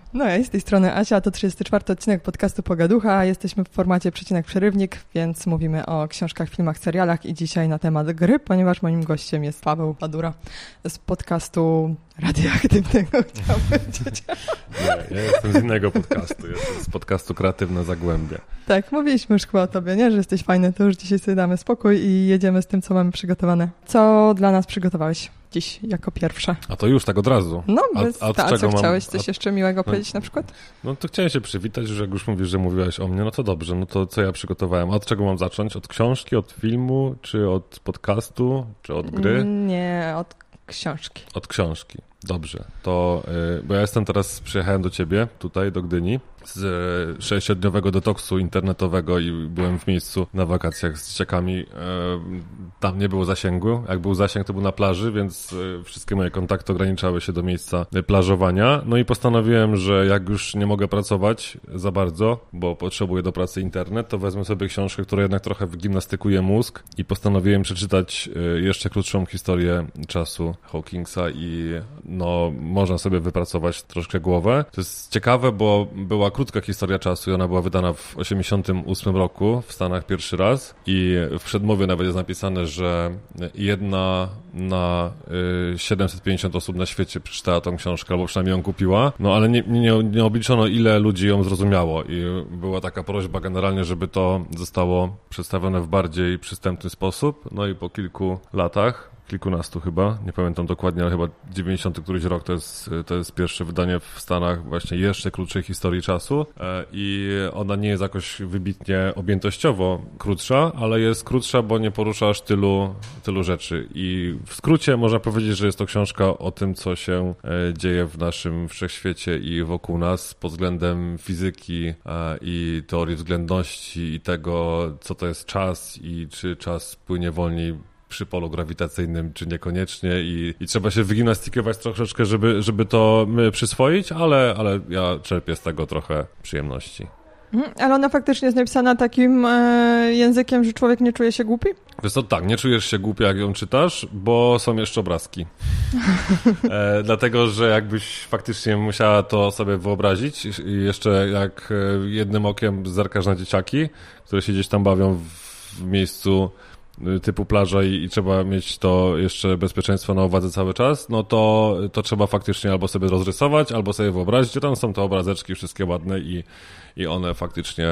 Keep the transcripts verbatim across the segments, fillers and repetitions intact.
No ja z tej strony Asia, to trzydziesty czwarty odcinek podcastu Pogaducha. Jesteśmy w formacie przecinek przerywnik, więc mówimy o książkach, filmach, serialach i dzisiaj na temat gry, ponieważ moim gościem jest Paweł Padura z podcastu radioaktywnego, chciałam powiedzieć. Nie, ja jestem z innego podcastu, jestem z podcastu Kreatywne Zagłębie. Tak, mówiliśmy już chyba o tobie, nie? Że jesteś fajny, to już dzisiaj sobie damy spokój i jedziemy z tym, co mamy przygotowane. Co dla nas przygotowałeś dziś jako pierwsze? A to już tak od razu. No, bez, a, a, ta, a co mam, chciałeś? Coś a, jeszcze miłego no, powiedzieć na przykład? No to chciałem się przywitać, że jak już mówisz, że mówiłaś o mnie, no to dobrze, no to co ja przygotowałem? A od czego mam zacząć? Od książki, od filmu, czy od podcastu, czy od gry? Nie, od książki. Od książki. Dobrze, to, yy, bo ja jestem teraz, przyjechałem do ciebie, tutaj do Gdyni, z y, sześciodniowego detoksu internetowego i byłem w miejscu na wakacjach z dzieciakami. Yy, tam nie było zasięgu, jak był zasięg, to był na plaży, więc yy, wszystkie moje kontakty ograniczały się do miejsca yy, plażowania. No i postanowiłem, że jak już nie mogę pracować za bardzo, bo potrzebuję do pracy internet, to wezmę sobie książkę, która jednak trochę wygimnastykuje mózg i postanowiłem przeczytać yy, jeszcze krótszą historię czasu Hawkingsa i no można sobie wypracować troszkę głowę. To jest ciekawe, bo była krótka historia czasu i ona była wydana w osiemdziesiątym ósmym roku w Stanach pierwszy raz i w przedmowie nawet jest napisane, że jedna na y, siedemset pięćdziesiąt osób na świecie przeczytała tą książkę, albo przynajmniej ją kupiła, no ale nie, nie, nie obliczono, ile ludzi ją zrozumiało i była taka prośba generalnie, żeby to zostało przedstawione w bardziej przystępny sposób, no i po kilku latach, kilkunastu chyba, nie pamiętam dokładnie, ale chyba dziewięćdziesiąty któryś rok to jest, to jest pierwsze wydanie w Stanach właśnie jeszcze krótszej historii czasu i ona nie jest jakoś wybitnie objętościowo krótsza, ale jest krótsza, bo nie porusza aż tylu, tylu rzeczy i w skrócie można powiedzieć, że jest to książka o tym, co się dzieje w naszym wszechświecie i wokół nas pod względem fizyki i teorii względności i tego, co to jest czas i czy czas płynie wolniej przy polu grawitacyjnym, czy niekoniecznie i, i trzeba się wygimnastykować troszeczkę, żeby, żeby to przyswoić, ale, ale ja czerpię z tego trochę przyjemności. Mhm, ale ona faktycznie jest napisana takim e, językiem, że człowiek nie czuje się głupi? Wiesz co, tak, nie czujesz się głupi, jak ją czytasz, bo są jeszcze obrazki. e, dlatego, że jakbyś faktycznie musiała to sobie wyobrazić i jeszcze jak jednym okiem zerkasz na dzieciaki, które się gdzieś tam bawią w, w miejscu typu plaża i, i trzeba mieć to jeszcze bezpieczeństwo na uwadze cały czas, no to, to trzeba faktycznie albo sobie rozrysować, albo sobie wyobrazić, że tam są te obrazeczki wszystkie ładne i, i one faktycznie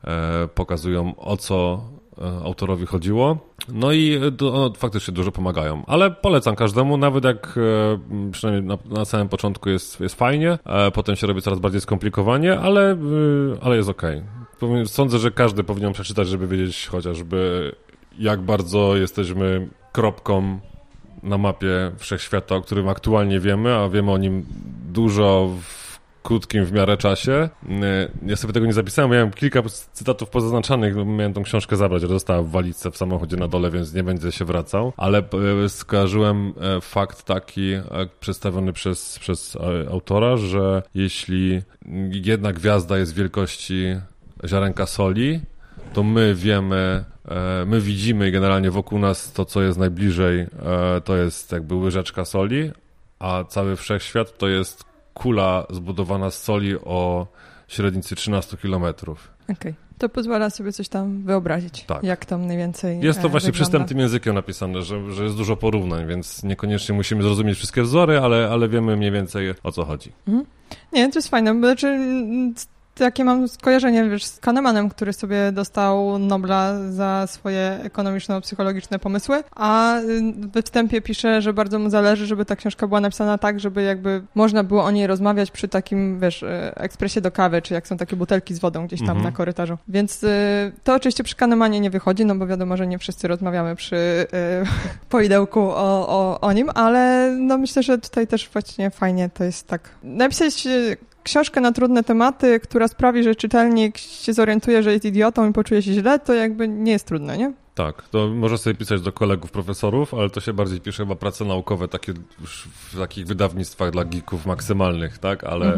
e, pokazują, o co e, autorowi chodziło. No i do, one faktycznie dużo pomagają, ale polecam każdemu, nawet jak e, przynajmniej na, na samym początku jest, jest fajnie, e, potem się robi coraz bardziej skomplikowanie, ale, e, ale jest okej. Okay. Sądzę, że każdy powinien przeczytać, żeby wiedzieć chociażby, jak bardzo jesteśmy kropką na mapie wszechświata, o którym aktualnie wiemy, a wiemy o nim dużo w krótkim w miarę czasie. Ja sobie tego nie zapisałem, miałem kilka cytatów pozaznaczanych, miałem tą książkę zabrać, ale została w walizce w samochodzie na dole, więc nie będę się wracał, ale skojarzyłem fakt taki przedstawiony przez, przez autora, że jeśli jedna gwiazda jest wielkości ziarenka soli, to my wiemy, my widzimy generalnie wokół nas to, co jest najbliżej, to jest jakby łyżeczka soli, a cały wszechświat to jest kula zbudowana z soli o średnicy trzynaście kilometrów. Okej, okay. To pozwala sobie coś tam wyobrazić, tak. Jak tam mniej więcej jest to właśnie wygląda. Przystępnym językiem napisane, że, że jest dużo porównań, więc niekoniecznie musimy zrozumieć wszystkie wzory, ale, ale wiemy mniej więcej, o co chodzi. Mhm. Nie, to jest fajne, bo znaczy... Takie mam skojarzenie, wiesz, z Kahnemanem, który sobie dostał Nobla za swoje ekonomiczno-psychologiczne pomysły, a we wstępie pisze, że bardzo mu zależy, żeby ta książka była napisana tak, żeby jakby można było o niej rozmawiać przy takim, wiesz, ekspresie do kawy, czy jak są takie butelki z wodą gdzieś tam mhm. na korytarzu. Więc to oczywiście przy Kahnemanie nie wychodzi, no bo wiadomo, że nie wszyscy rozmawiamy przy y, poidełku o, o, o nim, ale no myślę, że tutaj też właśnie fajnie to jest tak. Napisać książkę na trudne tematy, która sprawi, że czytelnik się zorientuje, że jest idiotą i poczuje się źle, to jakby nie jest trudne, nie? Tak, to można sobie pisać do kolegów, profesorów, ale to się bardziej pisze chyba prace naukowe, takie już w takich wydawnictwach dla geeków maksymalnych, tak? Ale, mhm.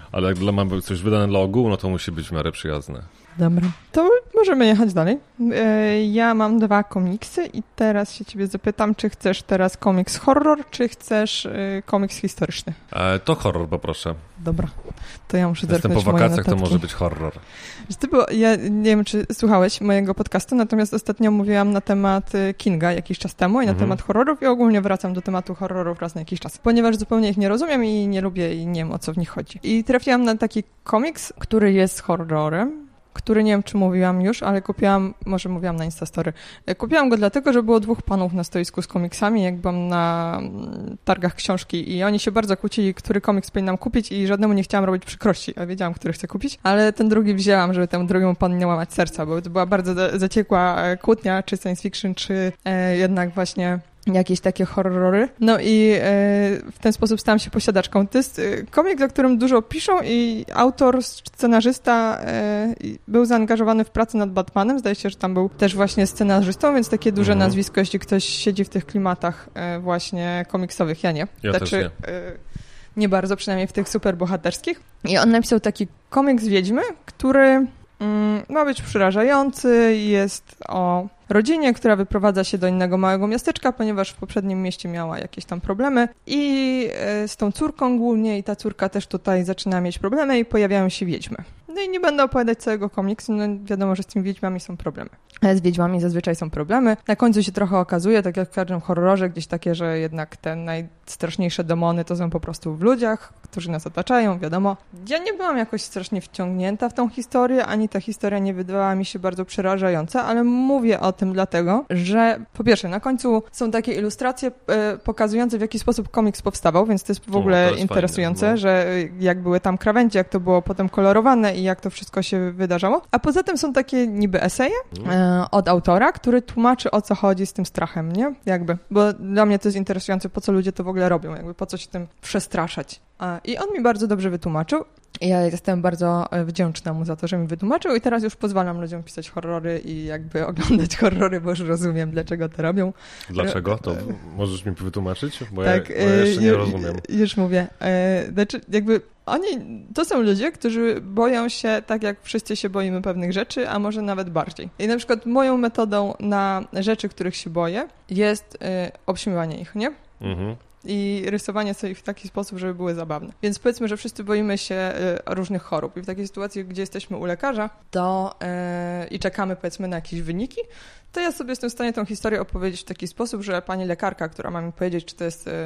Ale jak dla mamy coś wydane dla ogółu, no to musi być w miarę przyjazne. Dobra. To możemy jechać dalej. Ja mam dwa komiksy i teraz się ciebie zapytam, czy chcesz teraz komiks horror, czy chcesz komiks historyczny? E, to horror poproszę. Dobra. To ja muszę Jestem zerknąć po wakacjach, moje to może być horror. Ty było, ja nie wiem, czy słuchałeś mojego podcastu, natomiast ostatnio mówiłam na temat Kinga jakiś czas temu i na mhm. temat horrorów i ogólnie wracam do tematu horrorów raz na jakiś czas, ponieważ zupełnie ich nie rozumiem i nie lubię i nie wiem, o co w nich chodzi. I trafiłam na taki komiks, który jest horrorem, który nie wiem, czy mówiłam już, ale kupiłam, może mówiłam na Instastory, kupiłam go dlatego, że było dwóch panów na stoisku z komiksami, jak byłam na targach książki i oni się bardzo kłócili, który komiks powinnam kupić i żadnemu nie chciałam robić przykrości, a wiedziałam, który chcę kupić, ale ten drugi wzięłam, żeby temu drugiemu panu nie łamać serca, bo to była bardzo zaciekła kłótnia, czy science fiction, czy e, jednak właśnie jakieś takie horrory. No i e, w ten sposób stałam się posiadaczką. To jest e, komiks, o którym dużo piszą i autor, scenarzysta e, był zaangażowany w pracę nad Batmanem. Zdaje się, że tam był też właśnie scenarzystą, więc takie duże mhm. nazwisko, jeśli ktoś siedzi w tych klimatach e, właśnie komiksowych. Ja nie. Ja znaczy, też nie. E, nie bardzo, przynajmniej w tych superbohaterskich. I on napisał taki komiks Wiedźmy, który mm, ma być przerażający, jest o rodzinie, która wyprowadza się do innego małego miasteczka, ponieważ w poprzednim mieście miała jakieś tam problemy i z tą córką głównie i ta córka też tutaj zaczyna mieć problemy i pojawiają się wiedźmy. No i nie będę opowiadać całego komiksu, no wiadomo, że z tymi wiedźmami są problemy. Z wiedźmami zazwyczaj są problemy. Na końcu się trochę okazuje, tak jak w każdym horrorze, gdzieś takie, że jednak te najstraszniejsze demony to są po prostu w ludziach, którzy nas otaczają, wiadomo. Ja nie byłam jakoś strasznie wciągnięta w tą historię, ani ta historia nie wydawała mi się bardzo przerażająca, ale mówię o tym dlatego, że po pierwsze, na końcu są takie ilustracje e, pokazujące, w jaki sposób komiks powstawał, więc to jest w ogóle no, jest interesujące, fajne, no. że jak były tam krawędzie, jak to było potem kolorowane i jak to wszystko się wydarzało. A poza tym są takie niby eseje e, od autora, który tłumaczy, o co chodzi z tym strachem, nie? Jakby, bo dla mnie to jest interesujące, po co ludzie to w ogóle robią, jakby po co się tym przestraszać. A, i on mi bardzo dobrze wytłumaczył. Ja jestem bardzo wdzięczna mu za to, że mi wytłumaczył i teraz już pozwalam ludziom pisać horrory i jakby oglądać horrory, bo już rozumiem, dlaczego to robią. Dlaczego? To możesz mi wytłumaczyć? Bo tak, ja, bo ja jeszcze nie rozumiem. Już mówię. Znaczy, jakby oni, to są ludzie, którzy boją się tak, jak wszyscy się boimy pewnych rzeczy, a może nawet bardziej. I na przykład moją metodą na rzeczy, których się boję, jest obśmiewanie ich, nie? Mhm. I rysowanie sobie w taki sposób, żeby były zabawne. Więc powiedzmy, że wszyscy boimy się y, różnych chorób i w takiej sytuacji, gdzie jesteśmy u lekarza to y, i czekamy powiedzmy na jakieś wyniki, to ja sobie jestem w stanie tą historię opowiedzieć w taki sposób, że pani lekarka, która ma mi powiedzieć, czy to jest, y,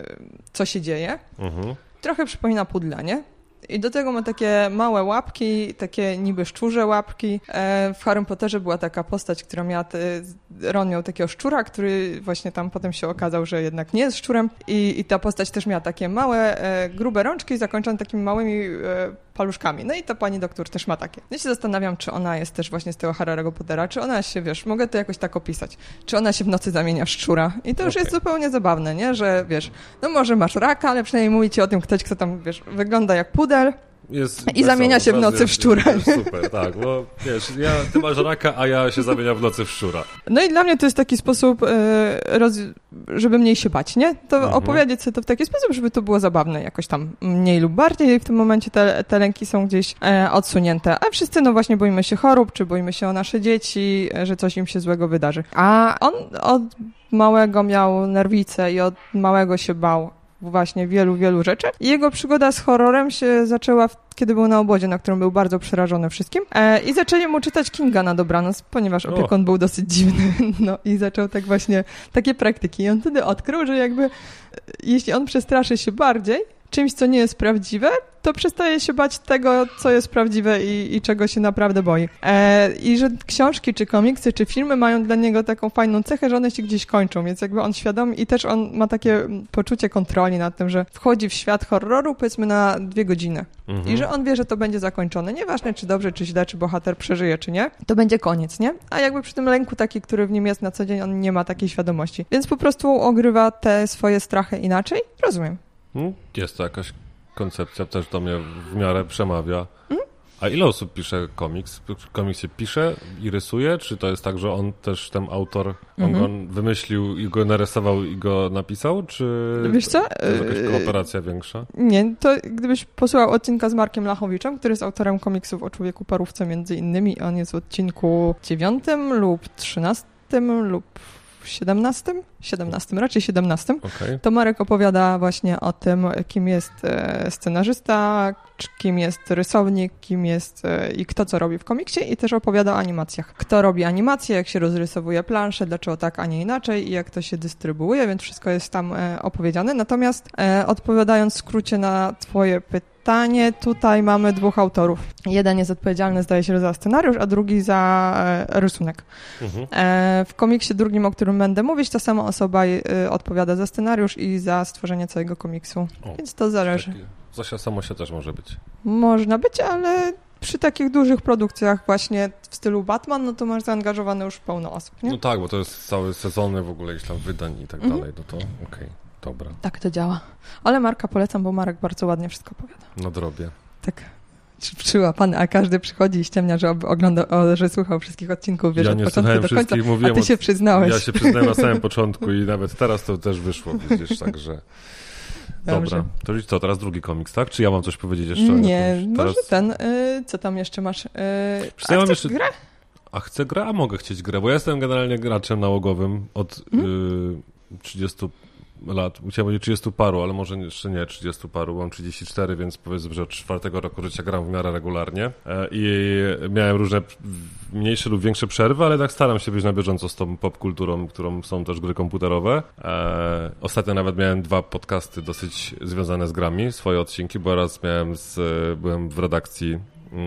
co się dzieje, mhm. trochę przypomina pudlanie. I do tego ma takie małe łapki, takie niby szczurze łapki. W Harrym Potterze była taka postać, która miała, te, Ron miał takiego szczura, który właśnie tam potem się okazał, że jednak nie jest szczurem. I, i ta postać też miała takie małe, grube rączki zakończone takimi małymi paluszkami. No i ta pani doktor też ma takie. Ja się zastanawiam, czy ona jest też właśnie z tego Harry'ego Pottera, czy ona się, wiesz, mogę to jakoś tak opisać, czy ona się w nocy zamienia w szczura. I to już okay. jest zupełnie zabawne, nie? Że, wiesz, no może masz raka, ale przynajmniej mówi ci o tym ktoś, kto tam, wiesz, wygląda jak pudel. Jest I wesoło, zamienia się w nocy jest, w szczura. Jest, jest super, tak, bo wiesz, ja, ty masz raka, a ja się zamieniam w nocy w szczura. No i dla mnie to jest taki sposób, e, roz, żeby mniej się bać, nie? To mhm. opowiedzieć sobie to w taki sposób, żeby to było zabawne jakoś tam mniej lub bardziej. W tym momencie te, te lęki są gdzieś e, odsunięte, a wszyscy no właśnie boimy się chorób, czy boimy się o nasze dzieci, że coś im się złego wydarzy. A on od małego miał nerwicę i od małego się bał właśnie wielu, wielu rzeczy. I jego przygoda z horrorem się zaczęła, w, kiedy był na obozie, na którym był bardzo przerażony wszystkim. E, I zaczęli mu czytać Kinga na dobranoc, ponieważ opiekun o. był dosyć dziwny. No i zaczął tak właśnie takie praktyki. I on wtedy odkrył, że jakby jeśli on przestraszy się bardziej czymś, co nie jest prawdziwe, to przestaje się bać tego, co jest prawdziwe i, i czego się naprawdę boi. E, I że książki, czy komiksy, czy filmy mają dla niego taką fajną cechę, że one się gdzieś kończą, więc jakby on świadomy i też on ma takie poczucie kontroli nad tym, że wchodzi w świat horroru powiedzmy na dwie godziny mhm. i że on wie, że to będzie zakończone. Nieważne, czy dobrze, czy źle, czy bohater przeżyje, czy nie, to będzie koniec, nie? A jakby przy tym lęku taki, który w nim jest na co dzień, on nie ma takiej świadomości. Więc po prostu ogrywa te swoje strachy inaczej. Rozumiem. Jest to jakaś koncepcja, też do mnie w miarę przemawia. A ile osób pisze komiks? Komiks się pisze i rysuje? Czy to jest tak, że on też, ten autor, on mhm. go wymyślił i go narysował i go napisał? Czy Wiesz co? to jest jakaś kooperacja większa? Nie, to gdybyś posłuchał odcinka z Markiem Lachowiczem, który jest autorem komiksów o Człowieku Parówce między innymi, on jest w odcinku dziewiątym lub trzynastym lub siedemnastym? siedemnastym, raczej siedemnastym. Okay. To Marek opowiada właśnie o tym, kim jest scenarzysta, kim jest rysownik, kim jest i kto co robi w komiksie i też opowiada o animacjach. Kto robi animacje, jak się rozrysowuje plansze, dlaczego tak, a nie inaczej i jak to się dystrybuuje, więc wszystko jest tam opowiedziane. Natomiast odpowiadając w skrócie na twoje pytanie, tutaj mamy dwóch autorów. Jeden jest odpowiedzialny, zdaje się, za scenariusz, a drugi za rysunek. Mhm. W komiksie drugim, o którym będę mówić, ta sama osoba odpowiada za scenariusz i za stworzenie całego komiksu. O, więc to zależy. Taki Zosia Samosia też może być. Można być, ale przy takich dużych produkcjach właśnie w stylu Batman, no to masz zaangażowane już pełno osób, nie? No tak, bo to jest cały sezony w ogóle jakichś tam wydań i tak mhm. dalej, no to okej, okay, dobra. Tak to działa. Ale Marka polecam, bo Marek bardzo ładnie wszystko opowiada. Nadrobię. Tak. Przyłapany, a każdy przychodzi i ściemnia, że ogląda, o, że słuchał wszystkich odcinków, wiesz, ja od nie początku do końca, mówiłem, a ty się przyznałeś. Ja się przyznałem na samym początku i nawet teraz to też wyszło, widzisz, także... Dobrze. Dobra, to co, teraz drugi komiks, tak? Czy ja mam coś powiedzieć jeszcze? Nie, teraz... może ten, y, co tam jeszcze masz? Y, a chcesz jeszcze... grę? A chcę grę? A mogę chcieć grę, bo ja jestem generalnie graczem nałogowym od hmm? y, trzydziestu lat, chciałem powiedzieć trzydziestu paru, ale może jeszcze nie trzydziestu paru, mam trzydzieści cztery, więc powiedzmy, że od czwartego roku życia gram w miarę regularnie i miałem różne mniejsze lub większe przerwy, ale tak staram się być na bieżąco z tą popkulturą, którą są też gry komputerowe. Ostatnio nawet miałem dwa podcasty dosyć związane z grami, swoje odcinki, bo raz miałem z, byłem w redakcji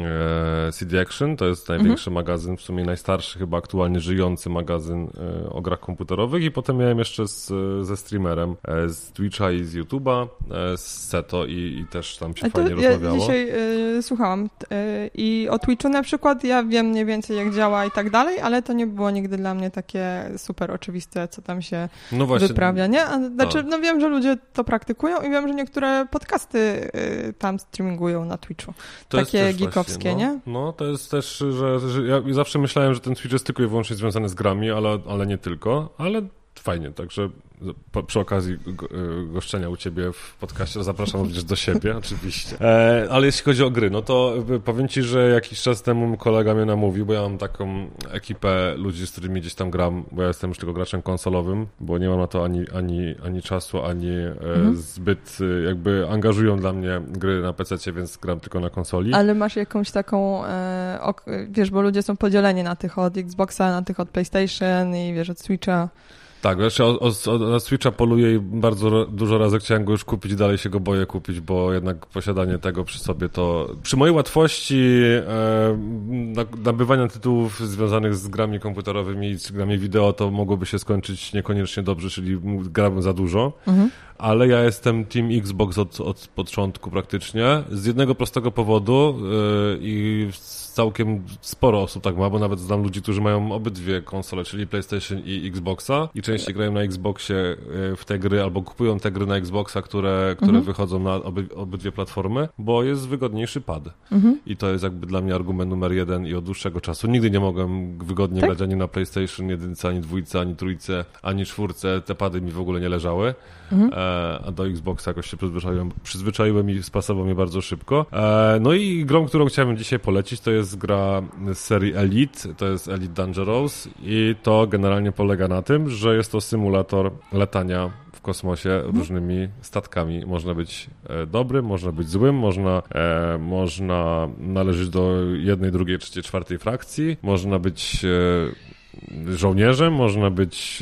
C D Action, to jest największy mhm. magazyn, w sumie najstarszy, chyba aktualnie żyjący magazyn o grach komputerowych i potem miałem jeszcze z, ze streamerem z Twitcha i z YouTube'a, z Seto i, i też tam się A fajnie ja rozmawiało. Dzisiaj y, słuchałam y, i o Twitchu na przykład ja wiem mniej więcej jak działa i tak dalej, ale to nie było nigdy dla mnie takie super oczywiste, co tam się no właśnie, wyprawia, nie? A, znaczy, no wiem, że ludzie to praktykują i wiem, że niektóre podcasty y, tam streamingują na Twitchu. To takie geekowskie, no, nie? No, to jest też, że, że ja zawsze myślałem, że ten Twitch jest tylko i wyłącznie związany z grami, ale, ale nie tylko, ale fajnie, także po, przy okazji go, goszczenia u ciebie w podcaście zapraszam również do siebie, oczywiście. E, ale jeśli chodzi o gry, no to powiem ci, że jakiś czas temu kolega mnie namówił, bo ja mam taką ekipę ludzi, z którymi gdzieś tam gram, bo ja jestem już tylko graczem konsolowym, bo nie mam na to ani, ani, ani czasu, ani e, mhm. zbyt jakby angażują dla mnie gry na pececie, więc gram tylko na konsoli. Ale masz jakąś taką, e, ok, wiesz, bo ludzie są podzieleni na tych od Xboxa, na tych od PlayStation i wiesz, od Switcha. Tak, znaczy o, o, o, na Switcha poluję i bardzo dużo razy chciałem go już kupić i dalej się go boję kupić, bo jednak posiadanie tego przy sobie to... Przy mojej łatwości e, nabywania tytułów związanych z grami komputerowymi i z grami wideo to mogłoby się skończyć niekoniecznie dobrze, czyli grałbym za dużo. Mhm. Ale ja jestem Team Xbox od, od początku praktycznie, z jednego prostego powodu yy, i całkiem sporo osób tak ma, bo nawet znam ludzi, którzy mają obydwie konsole, czyli PlayStation i Xboxa i częściej grają na Xboxie yy, w te gry, albo kupują te gry na Xboxa, które, które mhm. wychodzą na oby, obydwie platformy, bo jest wygodniejszy pad. Mhm. I to jest jakby dla mnie argument numer jeden i od dłuższego czasu. Nigdy nie mogłem wygodnie tak? grać ani na PlayStation jedynce, ani dwójce, ani trójce, ani czwórce. Te pady mi w ogóle nie leżały. Mhm. A do Xboxa jakoś się przyzwyczaiłem, przyzwyczaiłem i spasował mnie bardzo szybko. No i grą, którą chciałem dzisiaj polecić, to jest gra z serii Elite, to jest Elite Dangerous i to generalnie polega na tym, że jest to symulator latania w kosmosie mhm. różnymi statkami. Można być dobrym, można być złym, można, e, można należeć do jednej, drugiej, trzeciej, czwartej frakcji, można być e, żołnierzem, można być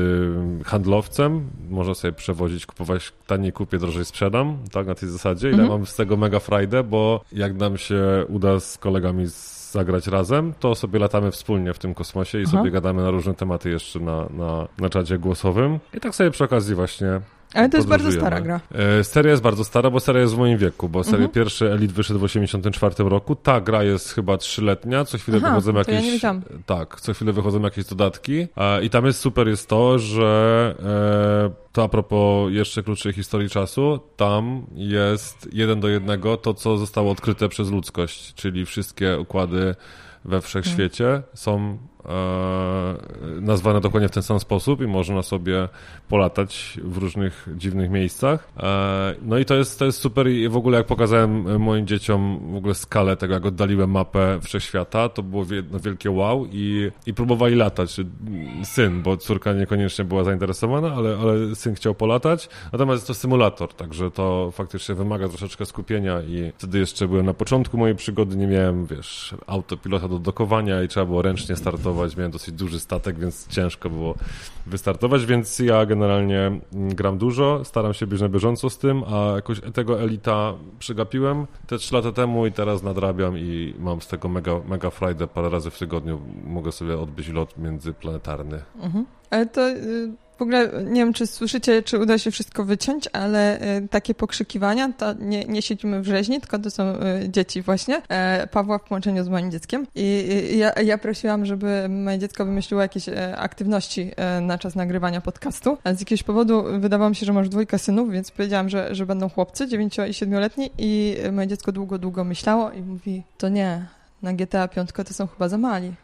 y, handlowcem, można sobie przewozić, kupować taniej kupię, drożej sprzedam, tak, na tej zasadzie. I mm-hmm. ja mam z tego mega frajdę, bo jak nam się uda z kolegami zagrać razem, to sobie latamy wspólnie w tym kosmosie i Aha. sobie gadamy na różne tematy jeszcze na, na, na czacie głosowym. I tak sobie przy okazji właśnie Ale to jest bardzo stara gra. E, seria jest bardzo stara, bo seria jest w moim wieku, bo seria mhm. pierwszy Elite wyszedł w osiemdziesiątym czwartym roku. Ta gra jest chyba trzyletnia, co chwilę Aha, wychodzą jakieś... Ja tak, co chwilę wychodzą jakieś dodatki. E, I tam jest super jest to, że to a propos jeszcze krótszej historii czasu, tam jest jeden do jednego to, co zostało odkryte przez ludzkość, czyli wszystkie układy we wszechświecie hmm. są e, nazwane dokładnie w ten sam sposób i można sobie polatać w różnych dziwnych miejscach. E, no i to jest, to jest super i w ogóle jak pokazałem moim dzieciom w ogóle skalę tego, jak oddaliłem mapę wszechświata, to było jedno wielkie wow i, i próbowali latać. Syn, bo córka niekoniecznie była zainteresowana, ale, ale syn chciał polatać. Natomiast jest to symulator, także to faktycznie wymaga troszeczkę skupienia i wtedy jeszcze byłem na początku mojej przygody, nie miałem, wiesz, autopilota do dokowania i trzeba było ręcznie startować. Miałem dosyć duży statek, więc ciężko było wystartować, więc ja generalnie gram dużo, staram się być na bieżąco z tym, a jakoś tego Elita przegapiłem te trzy lata temu i teraz nadrabiam i mam z tego mega, mega frajdę. Parę razy w tygodniu mogę sobie odbyć lot międzyplanetarny. Mhm. Ale to... Y- W ogóle nie wiem, czy słyszycie, czy uda się wszystko wyciąć, ale y, takie pokrzykiwania to nie, nie siedzimy w rzeźni, tylko to są y, dzieci właśnie, e, Pawła w połączeniu z moim dzieckiem. I y, ja, ja prosiłam, żeby moje dziecko wymyśliło jakieś e, aktywności e, na czas nagrywania podcastu. A z jakiegoś powodu wydawało mi się, że masz dwójkę synów, więc powiedziałam, że, że będą chłopcy, dziewięcio- i siedmioletni i moje dziecko długo, długo myślało i mówi, to nie... Na G T A pięć to są chyba za mali.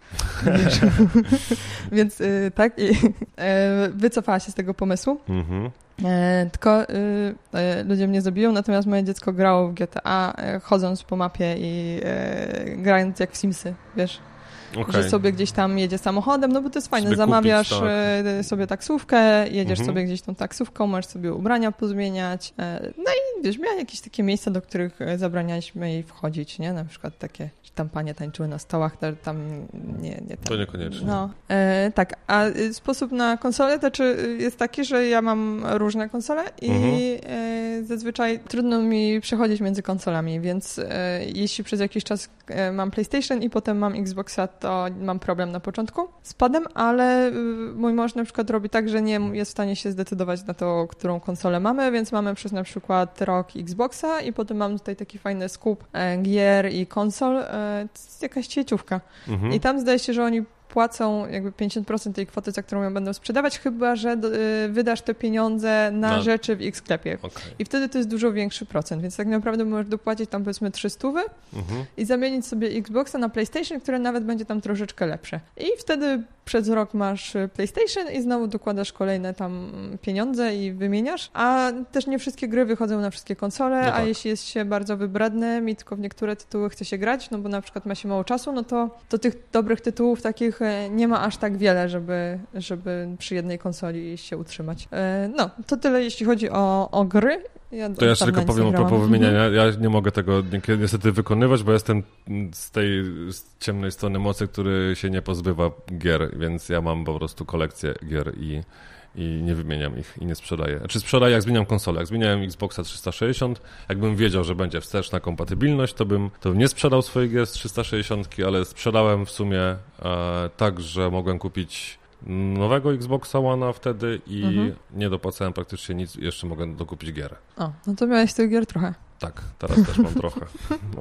Więc y, tak, i y, wycofała się z tego pomysłu. Mm-hmm. Y, tylko y, y, ludzie mnie zabiją, natomiast moje dziecko grało w G T A, y, chodząc po mapie i y, grając jak w Simsy, wiesz. Okay. Że sobie gdzieś tam jedzie samochodem, no bo to jest fajne, sobie zamawiasz kupić, tak. sobie taksówkę, jedziesz mhm. sobie gdzieś tą taksówką, możesz sobie ubrania pozmieniać, no i wiesz, miała jakieś takie miejsca, do których zabranialiśmy jej wchodzić, nie? Na przykład takie, że tam panie tańczyły na stołach, tam nie... nie tam. To niekoniecznie. No, e, tak, a sposób na konsolę to czy jest taki, że ja mam różne konsole i mhm. e, zazwyczaj trudno mi przechodzić między konsolami, więc e, jeśli przez jakiś czas e, mam PlayStation i potem mam Xboxa, to mam problem na początku z padem, ale mój mąż na przykład robi tak, że nie jest w stanie się zdecydować na to, którą konsolę mamy, więc mamy przez na przykład rok Xboxa i potem mam tutaj taki fajny skup gier i konsol. To jest jakaś sieciówka. Mhm. I tam zdaje się, że oni płacą jakby pięćdziesiąt procent tej kwoty, za którą ją będą sprzedawać, chyba że do, y, wydasz te pieniądze na no. rzeczy w X-sklepie. Okay. I wtedy to jest dużo większy procent, więc tak naprawdę możesz dopłacić tam powiedzmy trzysta mhm. i zamienić sobie Xboxa na PlayStation, które nawet będzie tam troszeczkę lepsze. I wtedy przez rok masz PlayStation i znowu dokładasz kolejne tam pieniądze i wymieniasz, a też nie wszystkie gry wychodzą na wszystkie konsole, no tak. A jeśli jest się bardzo wybrednym i tylko w niektóre tytuły chce się grać, no bo na przykład ma się mało czasu, no to, to tych dobrych tytułów takich nie ma aż tak wiele, żeby, żeby przy jednej konsoli się utrzymać. No, to tyle jeśli chodzi o, o gry. Ja to ja jeszcze tylko powiem o propos wymieniania. Ja nie mogę tego niestety wykonywać, bo jestem z tej z ciemnej strony mocy, który się nie pozbywa gier, więc ja mam po prostu kolekcję gier i, i nie wymieniam ich i nie sprzedaję. Znaczy sprzedaję, jak zmieniam konsolę. Jak zmieniałem Xboxa trzysta sześćdziesiąt, jakbym wiedział, że będzie wsteczna kompatybilność, to bym, to bym nie sprzedał swoich gier z trzysta sześćdziesiąt, ale sprzedałem w sumie e, tak, że mogłem kupić nowego Xboxa One'a wtedy i mhm. nie dopłacałem praktycznie nic, jeszcze mogę dokupić gier. O, no to miałeś tych gier trochę. Tak, teraz też mam trochę. No.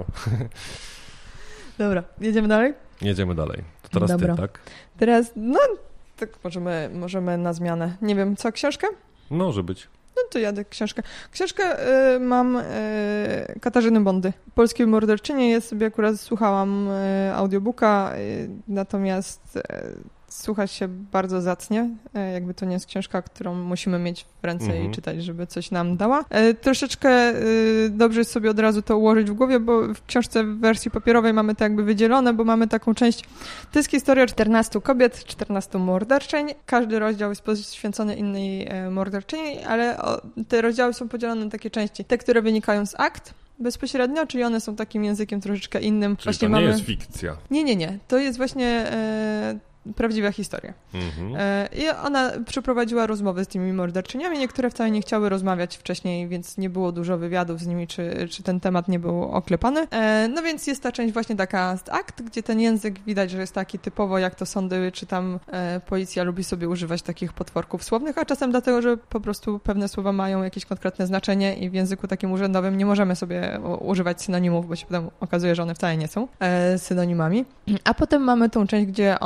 Dobra, jedziemy dalej? Jedziemy dalej. To teraz Dobra. Ty, tak? Teraz, no, tak możemy, możemy na zmianę. Nie wiem, co, książkę? Może być. No to jadę książkę. Książkę y, mam y, Katarzyny Bondy. Polskiej morderczyni. Ja sobie akurat słuchałam y, audiobooka, y, natomiast y, słucha się bardzo zacnie, jakby to nie jest książka, którą musimy mieć w ręce mhm. i czytać, żeby coś nam dała. E, troszeczkę e, dobrze jest sobie od razu to ułożyć w głowie, bo w książce w wersji papierowej mamy to jakby wydzielone, bo mamy taką część, to jest historia czternastu kobiet, czternastu morderczyń. Każdy rozdział jest poświęcony innej e, morderczyni, ale o, te rozdziały są podzielone na takie części. Te, które wynikają z akt, bezpośrednio, czyli one są takim językiem troszeczkę innym. Czyli właśnie to nie mamy... jest fikcja. Nie, nie, nie. To jest właśnie... E, prawdziwa historia. Mhm. I ona przeprowadziła rozmowy z tymi morderczyniami. Niektóre wcale nie chciały rozmawiać wcześniej, więc nie było dużo wywiadów z nimi, czy, czy ten temat nie był oklepany. No więc jest ta część właśnie taka z akt, gdzie ten język widać, że jest taki typowo jak to sądy, czy tam policja lubi sobie używać takich potworków słownych, a czasem dlatego, że po prostu pewne słowa mają jakieś konkretne znaczenie i w języku takim urzędowym nie możemy sobie używać synonimów, bo się potem okazuje, że one wcale nie są synonimami. A potem mamy tą część, gdzie one się wypowiadają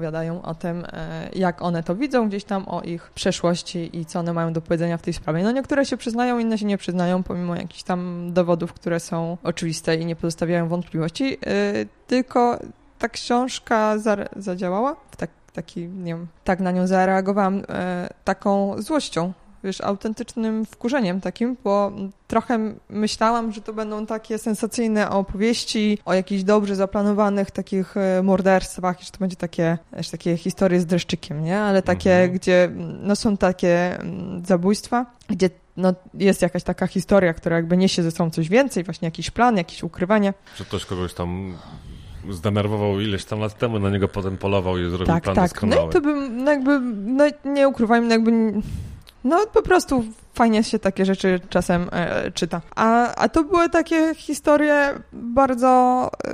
opowiadają o tym, jak one to widzą, gdzieś tam o ich przeszłości i co one mają do powiedzenia w tej sprawie. No niektóre się przyznają, inne się nie przyznają, pomimo jakichś tam dowodów, które są oczywiste i nie pozostawiają wątpliwości. Tylko ta książka zadziałała w tak, taki, nie wiem, tak na nią zareagowałam taką złością, wiesz, autentycznym wkurzeniem takim, bo trochę myślałam, że to będą takie sensacyjne opowieści o jakichś dobrze zaplanowanych takich morderstwach, że to będzie takie, wiesz, takie historie z dreszczykiem, nie? Ale takie, mhm. gdzie no, są takie zabójstwa, gdzie no, jest jakaś taka historia, która jakby niesie ze sobą coś więcej, właśnie jakiś plan, jakieś ukrywanie. Że ktoś kogoś tam zdenerwował ileś tam lat temu, na niego potem polował i zrobił tak, plan tak. doskonały. No i to by no jakby, no nie ukrywajmy, no jakby... No po prostu fajnie się takie rzeczy czasem e, czyta. A, a to były takie historie bardzo e,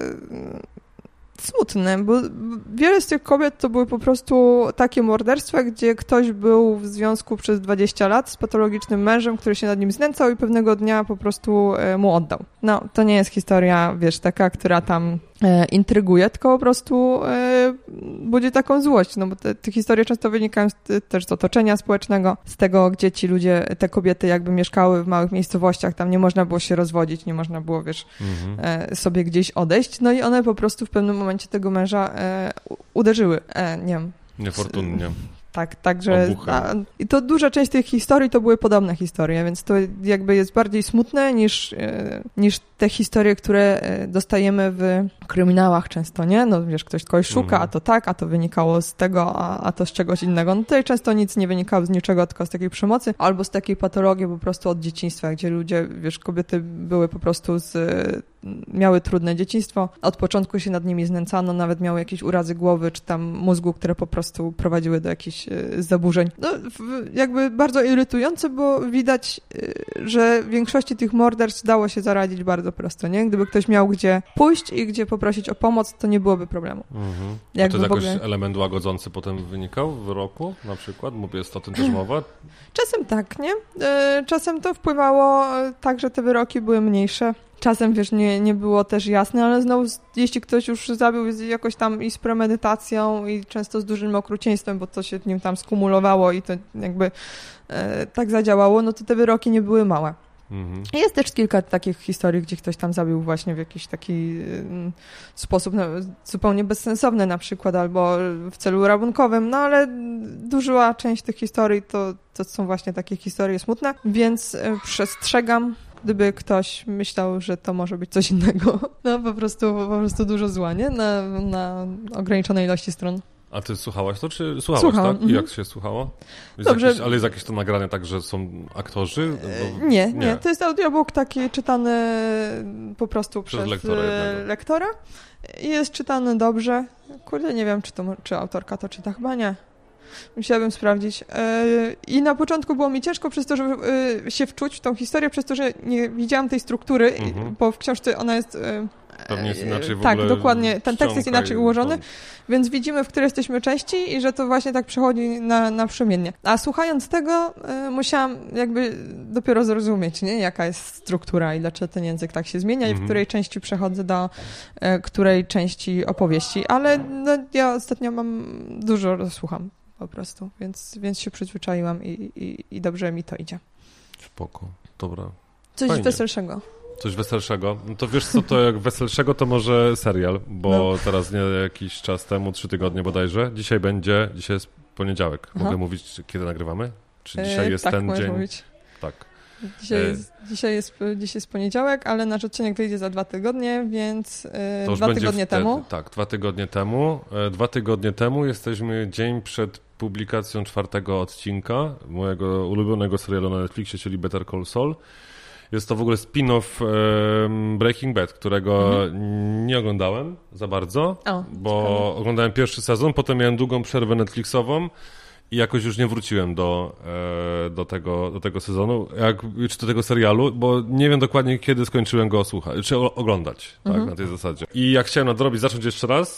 smutne, bo wiele z tych kobiet to były po prostu takie morderstwa, gdzie ktoś był w związku przez dwadzieścia lat z patologicznym mężem, który się nad nim znęcał i pewnego dnia po prostu e, mu oddał. No, to nie jest historia, wiesz, taka, która tam e, intryguje, tylko po prostu e, budzi taką złość, no bo te, te historie często wynikają z, też z otoczenia społecznego, z tego, gdzie ci ludzie, te kobiety jakby mieszkały w małych miejscowościach, tam nie można było się rozwodzić, nie można było, wiesz, mhm. e, sobie gdzieś odejść, no i one po prostu w pewnym momencie tego męża e, uderzyły, e, nie wiem. Niefortunnie. Tak, także a, i to duża część tych historii to były podobne historie, więc to jakby jest bardziej smutne niż, e, niż te historie, które dostajemy w kryminałach często, nie? No wiesz, ktoś kogoś szuka, mhm. a to tak, a to wynikało z tego, a, a to z czegoś innego. No tutaj często nic nie wynikało z niczego, tylko z takiej przemocy, albo z takiej patologii po prostu od dzieciństwa, gdzie ludzie, wiesz, kobiety były po prostu z... miały trudne dzieciństwo, od początku się nad nimi znęcano, nawet miały jakieś urazy głowy, czy tam mózgu, które po prostu prowadziły do jakichś zaburzeń. No jakby bardzo irytujące, bo widać, że w większości tych morderstw dało się zaradzić bardzo prosto, nie? Gdyby ktoś miał gdzie pójść i gdzie poprosić o pomoc, to nie byłoby problemu. Mhm. A to jest jakoś ogóle... element łagodzący potem wynikał w wyroku na przykład? Mówię, jest o tym też mowa? Czasem tak, nie? Czasem to wpływało tak, że te wyroki były mniejsze. Czasem, wiesz, nie, nie było też jasne, ale znowu, jeśli ktoś już zabił jakoś tam i z premedytacją i często z dużym okrucieństwem, bo to się w nim tam skumulowało i to jakby e, tak zadziałało, no to te wyroki nie były małe. Mhm. Jest też kilka takich historii, gdzie ktoś tam zabił właśnie w jakiś taki y, sposób no, zupełnie bezsensowny na przykład, albo w celu rabunkowym, no ale duża część tych historii to, to są właśnie takie historie smutne, więc y, przestrzegam, gdyby ktoś myślał, że to może być coś innego. No po prostu, po prostu dużo zła, nie? Na, na ograniczonej ilości stron. A ty słuchałaś to, czy słuchałaś, Słuchałam. tak? I jak się słuchało? Jest Dobrze. Jakieś, ale jest jakieś to nagrane tak, że są aktorzy? Bo... Nie, nie, nie. To jest audiobook taki czytany po prostu przez, przez lektora, lektora i jest czytany dobrze. Kurde, nie wiem, czy, to, czy autorka to czyta, chyba nie. Musiałabym sprawdzić. I na początku było mi ciężko przez to, żeby się wczuć w tą historię, przez to, że nie widziałam tej struktury, mhm. bo w książce ona jest... Pewnie jest inaczej w tak, ogóle. Tak, dokładnie. Ten tekst jest inaczej ułożony, więc widzimy, w której jesteśmy części i że to właśnie tak przechodzi na, na przemiennie. A słuchając tego, y, musiałam jakby dopiero zrozumieć, nie? Jaka jest struktura i dlaczego ten język tak się zmienia mhm. i w której części przechodzę do y, której części opowieści. Ale no, ja ostatnio mam dużo, słucham po prostu, więc, więc się przyzwyczaiłam i, i, i dobrze mi to idzie. Spoko, dobra. Coś Fajnie. weselszego. Coś weselszego. No to wiesz co, to jak weselszego to może serial, bo no. teraz nie jakiś czas temu, trzy tygodnie bodajże, dzisiaj będzie, dzisiaj jest poniedziałek. Mogę Aha. mówić, kiedy nagrywamy? Czy dzisiaj jest e, tak, ten dzień? Mówić. Tak. Dzisiaj, e... jest, dzisiaj, jest, dzisiaj jest poniedziałek, ale nasz odcinek wyjdzie za dwa tygodnie, więc e, dwa tygodnie wtedy, temu. Tak, dwa tygodnie temu. E, dwa tygodnie temu jesteśmy dzień przed publikacją czwartego odcinka mojego ulubionego serialu na Netflixie, czyli Better Call Saul. Jest to w ogóle spin-off um, Breaking Bad, którego mhm. nie oglądałem za bardzo, o, bo ciekawe. Oglądałem pierwszy sezon, potem miałem długą przerwę Netflixową i jakoś już nie wróciłem do, e, do, tego, do tego sezonu, jak, czy do tego serialu, bo nie wiem dokładnie, kiedy skończyłem go słuchać, czy o, oglądać, mhm. tak, na tej zasadzie. I jak chciałem nadrobić, zacząć jeszcze raz,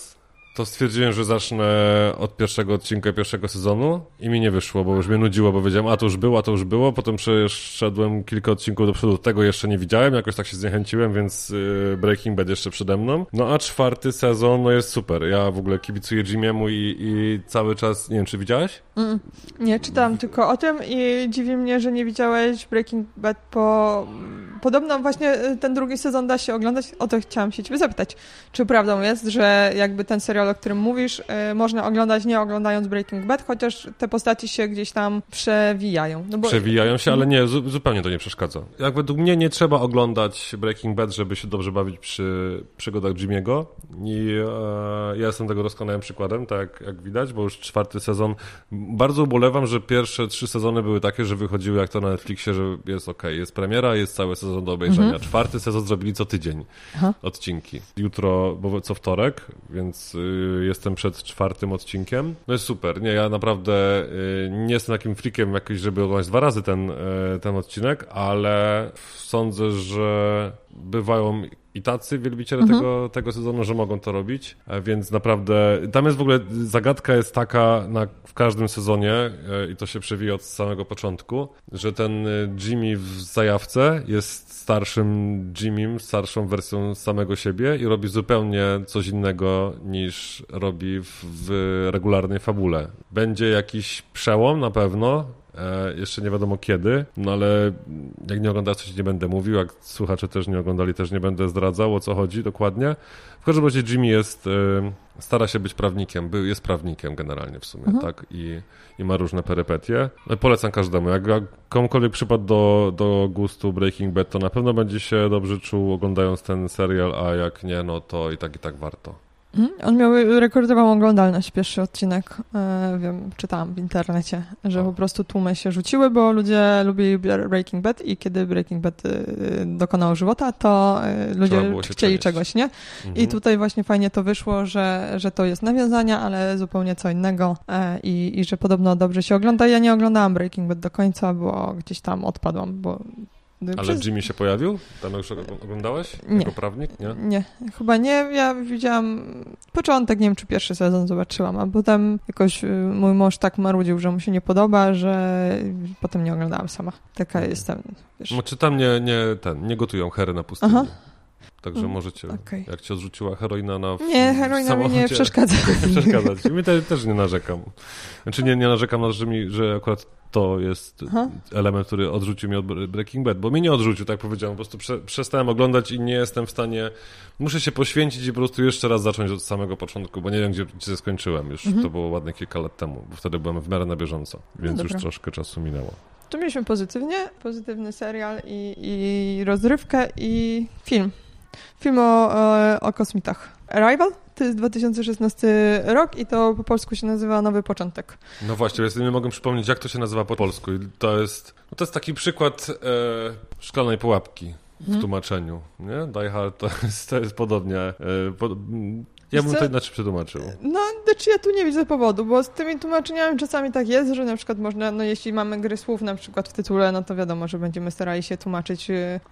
to stwierdziłem, że zacznę od pierwszego odcinka pierwszego sezonu i mi nie wyszło, bo już mnie nudziło, bo wiedziałem, a to już było, a to już było, potem przeszedłem kilka odcinków do przodu, tego jeszcze nie widziałem, jakoś tak się zniechęciłem, więc Breaking Bad jeszcze przede mną. No a czwarty sezon, no jest super. Ja w ogóle kibicuję Jimmy'emu i, i cały czas, nie wiem, czy widziałaś? Mm, nie, czytałam tylko o tym i dziwi mnie, że nie widziałeś Breaking Bad, po... Podobno właśnie ten drugi sezon da się oglądać, o to chciałam się ciebie zapytać. Czy prawdą jest, że jakby ten serial, o którym mówisz, yy, można oglądać nie oglądając Breaking Bad, chociaż te postaci się gdzieś tam przewijają? No bo... Przewijają się, ale nie, zu- zupełnie to nie przeszkadza. Jak według mnie nie trzeba oglądać Breaking Bad, żeby się dobrze bawić przy przygodach Jimmy'ego i e, ja jestem tego doskonałym przykładem, tak jak widać, bo już czwarty sezon, bardzo ubolewam, że pierwsze trzy sezony były takie, że wychodziły jak to na Netflixie, że jest okej, jest premiera, jest cały sezon do obejrzenia. Mhm. Czwarty sezon zrobili co tydzień. Aha. Odcinki. Jutro, bo co wtorek, więc y, jestem przed czwartym odcinkiem. No jest super. Nie, ja naprawdę y, nie jestem takim freakiem jakiś, żeby oglądać dwa razy ten, y, ten odcinek, ale sądzę, że bywają i tacy wielbiciele mhm. tego, tego sezonu, że mogą to robić, więc naprawdę tam jest w ogóle, zagadka jest taka na, w każdym sezonie i to się przewija od samego początku, że ten Jimmy w zajawce jest starszym Jimmym, starszą wersją samego siebie i robi zupełnie coś innego niż robi w, w regularnej fabule. Będzie jakiś przełom na pewno, E, jeszcze nie wiadomo kiedy, no ale jak nie oglądasz, coś nie będę mówił, jak słuchacze też nie oglądali, też nie będę zdradzał, o co chodzi dokładnie. W każdym razie Jimmy jest, e, stara się być prawnikiem, był, jest prawnikiem generalnie w sumie, mhm. tak, I, i ma różne perypetie. No, polecam każdemu, jak, jak komukolwiek przypadł do, do gustu Breaking Bad, to na pewno będzie się dobrze czuł oglądając ten serial, a jak nie, no to i tak i tak warto. On miał rekordową oglądalność, pierwszy odcinek, e, wiem, czytałam w internecie, że po prostu tłumy się rzuciły, bo ludzie lubili Breaking Bad i kiedy Breaking Bad e, dokonał żywota, to e, ludzie chcieli przenieść. Czegoś, nie? Mhm. I tutaj właśnie fajnie to wyszło, że, że to jest nawiązania, ale zupełnie co innego e, i, i że podobno dobrze się ogląda. Ja nie oglądałam Breaking Bad do końca, bo gdzieś tam odpadłam, bo Ale Przez... Jimmy się pojawił? Tam już oglądałeś? Nie. Jako prawnik? Nie? Nie, chyba nie. Ja widziałam początek, nie wiem, czy pierwszy sezon zobaczyłam, a potem jakoś mój mąż tak marudził, że mu się nie podoba, że potem nie oglądałam sama. Taka hmm. jestem, wiesz. No, czy tam nie, nie, ten, nie gotują hery na pustyni? Aha. Także możecie, okay. jak cię odrzuciła heroina na w, Nie, heroina mi nie przeszkadza. Nie przeszkadzać. Mi te, też nie narzekam. Znaczy nie, nie narzekam na to, że, mi, że akurat to jest Aha. element, który odrzucił mnie od Breaking Bad, bo mnie nie odrzucił, tak powiedziałem. Po prostu prze, przestałem oglądać i nie jestem w stanie... Muszę się poświęcić i po prostu jeszcze raz zacząć od samego początku, bo nie wiem, gdzie, gdzie skończyłem już. Mhm. To było ładne kilka lat temu, bo wtedy byłem w miarę na bieżąco, więc no już troszkę czasu minęło. Tu mieliśmy pozytywnie, pozytywny serial i, i rozrywkę i film. Film o, o kosmitach. Arrival to jest dwa tysiące szesnasty rok i to po polsku się nazywa Nowy Początek. No właśnie, więc nie mogę przypomnieć, jak to się nazywa po polsku. To jest, no to jest taki przykład e, szklanej pułapki w hmm. tłumaczeniu. Nie? Die Hard to jest, to jest podobnie. E, po, ja bym to inaczej przetłumaczył. No, znaczy ja tu nie widzę powodu, bo z tymi tłumaczeniami czasami tak jest, że na przykład można, no jeśli mamy gry słów na przykład w tytule, no to wiadomo, że będziemy starali się tłumaczyć,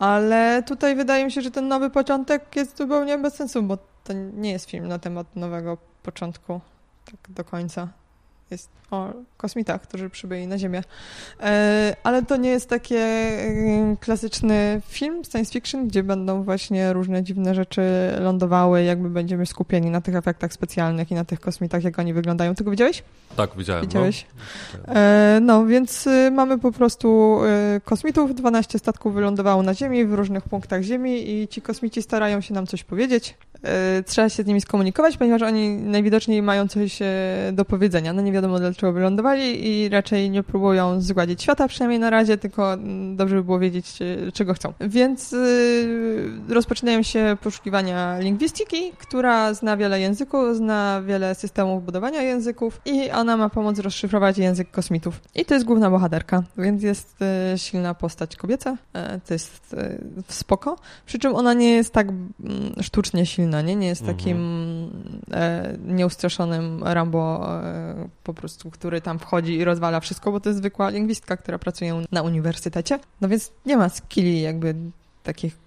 ale tutaj wydaje mi się, że ten nowy początek jest zupełnie bez sensu, bo to nie jest film na temat nowego początku tak do końca. Jest o kosmitach, którzy przybyli na Ziemię. E, ale to nie jest taki klasyczny film science fiction, gdzie będą właśnie różne dziwne rzeczy lądowały, jakby będziemy skupieni na tych efektach specjalnych i na tych kosmitach, jak oni wyglądają. Ty go widziałeś? Tak, widziałem. Widziałeś? No, e, no więc y, mamy po prostu y, kosmitów, dwanaście statków wylądowało na Ziemi, w różnych punktach Ziemi i ci kosmici starają się nam coś powiedzieć. E, trzeba się z nimi skomunikować, ponieważ oni najwidoczniej mają coś e, do powiedzenia. No nie wiadomo, dlaczego wylądowali i raczej nie próbują zgładzić świata, przynajmniej na razie, tylko dobrze by było wiedzieć, czego chcą. Więc yy, rozpoczynają się poszukiwania lingwistyki, która zna wiele języków, zna wiele systemów budowania języków i ona ma pomóc rozszyfrować język kosmitów. I to jest główna bohaterka, więc jest yy, silna postać kobieca, yy, to jest yy, spoko, przy czym ona nie jest tak yy, sztucznie silna, nie, nie jest mhm. takim yy, nieustraszonym Rambo yy, po prostu, który tam wchodzi i rozwala wszystko, bo to jest zwykła lingwistka, która pracuje na uniwersytecie. No więc nie ma skilli jakby takich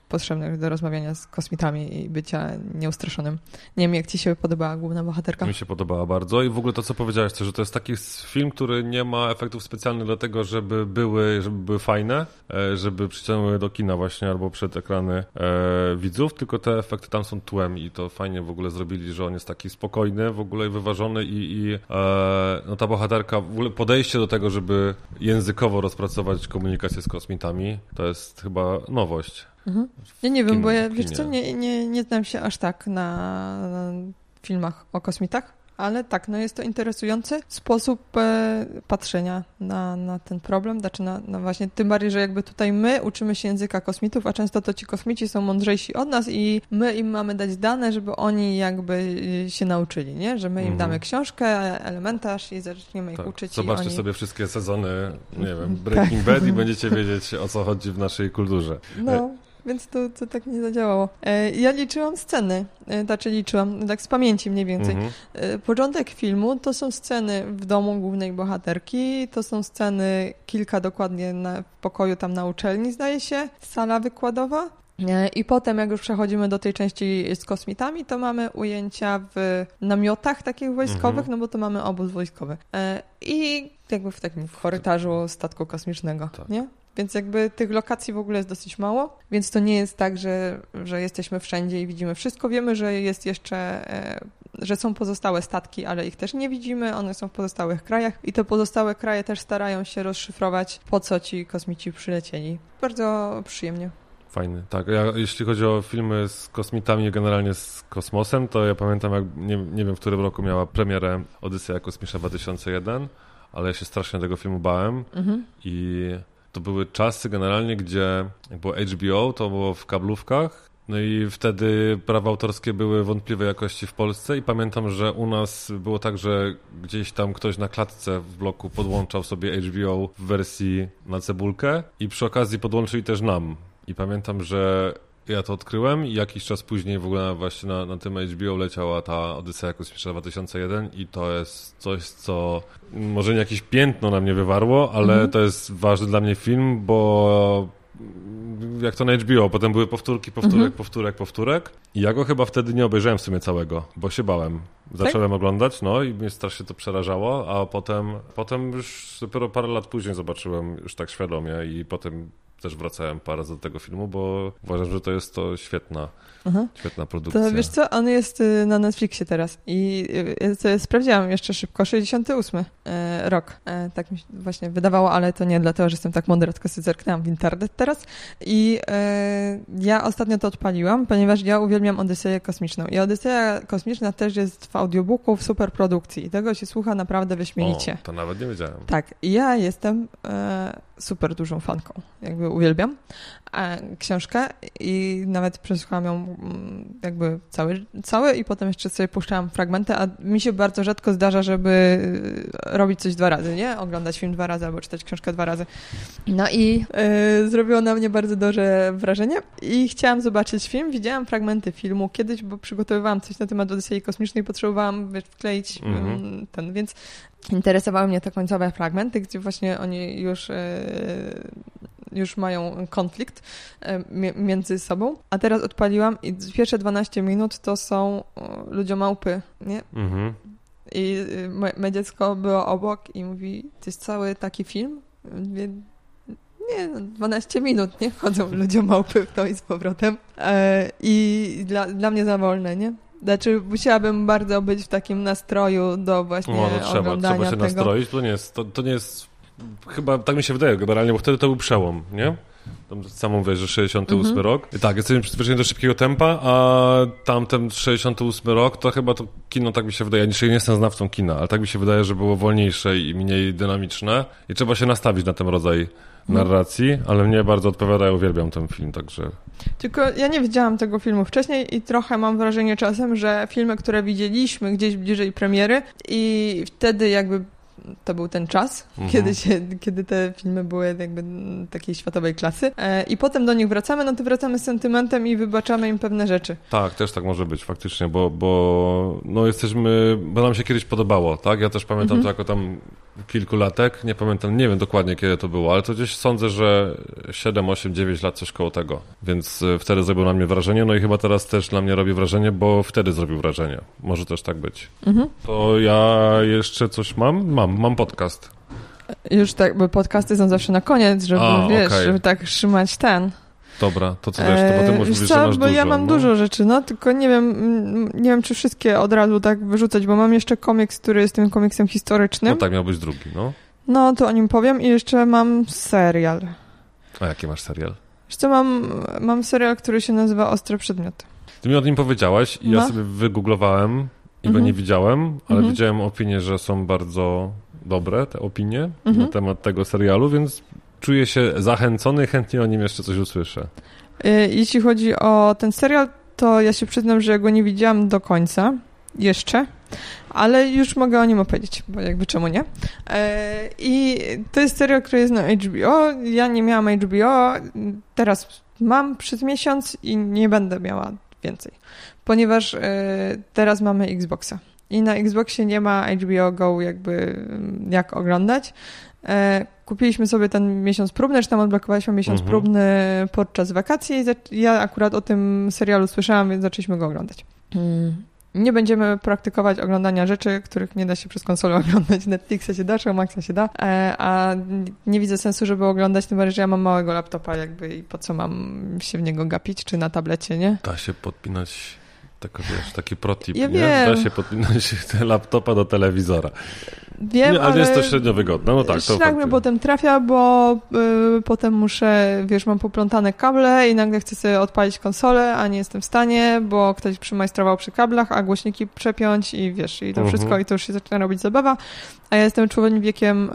potrzebnych do rozmawiania z kosmitami i bycia nieustraszonym. Nie wiem, jak ci się podobała główna bohaterka? Mi się podobała bardzo i w ogóle to, co powiedziałeś, to, że to jest taki film, który nie ma efektów specjalnych dlatego, żeby były, żeby były fajne, żeby przyciągnęły do kina właśnie albo przed ekrany e, widzów, tylko te efekty tam są tłem i to fajnie w ogóle zrobili, że on jest taki spokojny w ogóle i wyważony i, i e, no ta bohaterka, w ogóle podejście do tego, żeby językowo rozpracować komunikację z kosmitami, to jest chyba nowość. Mhm. Ja nie wiem, kin, bo ja wiesz co, nie, nie, nie znam się aż tak na, na filmach o kosmitach, ale tak, no jest to interesujący sposób e, patrzenia na, na ten problem, znaczy na, na właśnie, tym bardziej, że jakby tutaj my uczymy się języka kosmitów, a często to ci kosmici są mądrzejsi od nas i my im mamy dać dane, żeby oni jakby się nauczyli, nie? Że my im mhm. damy książkę, elementarz i zaczniemy ich tak. uczyć. Zobaczcie oni... sobie wszystkie sezony, nie wiem, Breaking tak. Bad i będziecie wiedzieć, o co chodzi w naszej kulturze. No. Więc to, to tak nie zadziałało. E, ja liczyłam sceny, e, znaczy liczyłam, tak z pamięci mniej więcej. Mm-hmm. E, początek filmu to są sceny w domu głównej bohaterki, to są sceny kilka dokładnie na, w pokoju tam na uczelni, zdaje się, sala wykładowa. E, I potem jak już przechodzimy do tej części z kosmitami, to mamy ujęcia w namiotach takich wojskowych, mm-hmm. no bo to mamy obóz wojskowy. E, I jakby w takim korytarzu statku kosmicznego, tak. nie? Więc jakby tych lokacji w ogóle jest dosyć mało, więc to nie jest tak, że, że jesteśmy wszędzie i widzimy wszystko. Wiemy, że jest jeszcze, e, że są pozostałe statki, ale ich też nie widzimy. One są w pozostałych krajach i te pozostałe kraje też starają się rozszyfrować, po co ci kosmici przylecieli. Bardzo przyjemnie. Fajny, tak. Ja, jeśli chodzi o filmy z kosmitami, generalnie z kosmosem, to ja pamiętam, jak nie, nie wiem, w którym roku miała premierę Odyseja Kosmiczna dwa tysiące jeden, ale ja się strasznie tego filmu bałem mhm. i to były czasy generalnie, gdzie jak było H B O, to było w kablówkach, no i wtedy prawa autorskie były wątpliwej jakości w Polsce i pamiętam, że u nas było tak, że gdzieś tam ktoś na klatce w bloku podłączał sobie H B O w wersji na cebulkę i przy okazji podłączyli też nam. I pamiętam, że ja to odkryłem i jakiś czas później w ogóle właśnie na, na tym H B O leciała ta Odyseja Kosmiczna dwa tysiące jeden i to jest coś, co może nie jakieś piętno na mnie wywarło, ale mhm. to jest ważny dla mnie film, bo jak to na H B O, potem były powtórki, powtórek, mhm. powtórek, powtórek i ja go chyba wtedy nie obejrzałem w sumie całego, bo się bałem. Zacząłem tak? oglądać, no i mnie strasznie to przerażało, a potem, potem już dopiero parę lat później zobaczyłem już tak świadomie i potem też wracałem parę razy do tego filmu, bo uważam, że to jest to świetna, Aha. świetna produkcja. To wiesz co, on jest na Netflixie teraz i ja sprawdziłam jeszcze szybko, sześćdziesiąty ósmy rok. Tak mi się właśnie wydawało, ale to nie dlatego, że jestem tak mądra, tylko sobie zerknęłam w internet teraz i ja ostatnio to odpaliłam, ponieważ ja uwielbiam Odyseję Kosmiczną i Odyseja Kosmiczna też jest w audiobooku w super produkcji i tego się słucha naprawdę wyśmienicie. O, to nawet nie wiedziałem. Tak, i ja jestem e, super dużą fanką, jakby uwielbiam e, książkę i nawet przesłuchałam ją jakby cały, cały i potem jeszcze sobie puszczałam fragmenty, a mi się bardzo rzadko zdarza, żeby robić coś dwa razy, nie? Oglądać film dwa razy albo czytać książkę dwa razy. No i e, zrobiło na mnie bardzo duże wrażenie i chciałam zobaczyć film, widziałam fragmenty filmu kiedyś, bo przygotowywałam coś na temat Odysei Kosmicznej, potrzebowałam wiesz, wkleić mm-hmm. ten, więc interesowały mnie te końcowe fragmenty, gdzie właśnie oni już, e, już mają konflikt e, między sobą. A teraz odpaliłam i pierwsze dwanaście minut to są ludziomałpy, nie? Mhm. I moje, moje dziecko było obok i mówi, to jest cały taki film? Mówię, nie, no dwanaście minut, nie? Chodzą ludziomałpy w to i z powrotem. E, I dla, dla mnie za wolne, nie? Znaczy, musiałabym bardzo być w takim nastroju do właśnie no, no, trzeba, oglądania trzeba się tego. nastroić. To nie jest, to, to nie jest, chyba tak mi się wydaje generalnie, bo wtedy to był przełom, nie? Tam sam mówię, że sześćdziesiąty ósmy mm-hmm. rok. I tak, jesteśmy przyzwyczajeni do szybkiego tempa, a tamten sześćdziesiąty ósmy rok, to chyba to kino, tak mi się wydaje, ja dzisiaj nie jestem znawcą kina, ale tak mi się wydaje, że było wolniejsze i mniej dynamiczne i trzeba się nastawić na ten rodzaj narracji, ale mnie bardzo odpowiada, ja uwielbiam ten film, także... Tylko ja nie widziałam tego filmu wcześniej i trochę mam wrażenie czasem, że filmy, które widzieliśmy gdzieś bliżej premiery i wtedy jakby to był ten czas, mhm. kiedy, się, kiedy te filmy były jakby takiej światowej klasy e, i potem do nich wracamy, no to wracamy z sentymentem i wybaczamy im pewne rzeczy. Tak, też tak może być faktycznie, bo, bo no jesteśmy, bo nam się kiedyś podobało, tak? Ja też pamiętam mhm. to jako tam kilkulatek, nie pamiętam, nie wiem dokładnie kiedy to było, ale to gdzieś sądzę, że siedem, osiem, dziewięć lat, coś koło tego. Więc wtedy zrobił na mnie wrażenie, no i chyba teraz też na mnie robi wrażenie, bo wtedy zrobił wrażenie. Może też tak być. Mhm. To ja jeszcze coś mam? Mam, mam podcast. Już tak, bo podcasty są zawsze na koniec, żeby, A, wiesz, okay. żeby tak trzymać ten... Dobra, to co wiesz, to potem mówisz, że masz bo dużo. ja mam no? dużo rzeczy, no tylko nie wiem, nie wiem, czy wszystkie od razu tak wyrzucać, bo mam jeszcze komiks, który jest tym komiksem historycznym. No tak, miał być drugi, no. No, to o nim powiem i jeszcze mam serial. A jaki masz serial? Jeszcze mam, mam serial, który się nazywa Ostre Przedmioty. Ty mi o nim powiedziałaś i no. ja sobie wygooglowałem i mhm. go nie widziałem, ale mhm. widziałem opinie, że są bardzo dobre te opinie mhm. na temat tego serialu, więc... Czuję się zachęcony, chętnie o nim jeszcze coś usłyszę. Jeśli chodzi o ten serial, to ja się przyznam, że ja go nie widziałam do końca. Jeszcze. Ale już mogę o nim opowiedzieć, bo jakby czemu nie. I to jest serial, który jest na H B O. Ja nie miałam H B O. Teraz mam przez miesiąc i nie będę miała więcej. Ponieważ teraz mamy Xboxa. I na Xboxie nie ma H B O Go jakby jak oglądać. Kupiliśmy sobie ten miesiąc próbny, czy tam odblokowaliśmy miesiąc mhm. próbny podczas wakacji i ja akurat o tym serialu słyszałam, więc zaczęliśmy go oglądać. Hmm. Nie będziemy praktykować oglądania rzeczy, których nie da się przez konsolę oglądać. Netflixa się da, czy Maxa się da, a nie widzę sensu, żeby oglądać, tym bardziej, że ja mam małego laptopa jakby i po co mam się w niego gapić, czy na tablecie, nie? Da się podpinać, tak, wiesz, taki protip, ja nie? Wiem. Da się podpinać laptopa do telewizora. Wiem, nie, ale, ale jest to średnio wygodne. No tak, to szlak mnie potem trafia, bo y, potem muszę, wiesz, mam poplątane kable i nagle chcę sobie odpalić konsolę, a nie jestem w stanie, bo ktoś przymajstrował przy kablach, a głośniki przepiąć i wiesz, i to uh-huh. wszystko i to już się zaczyna robić zabawa, a ja jestem człowiekiem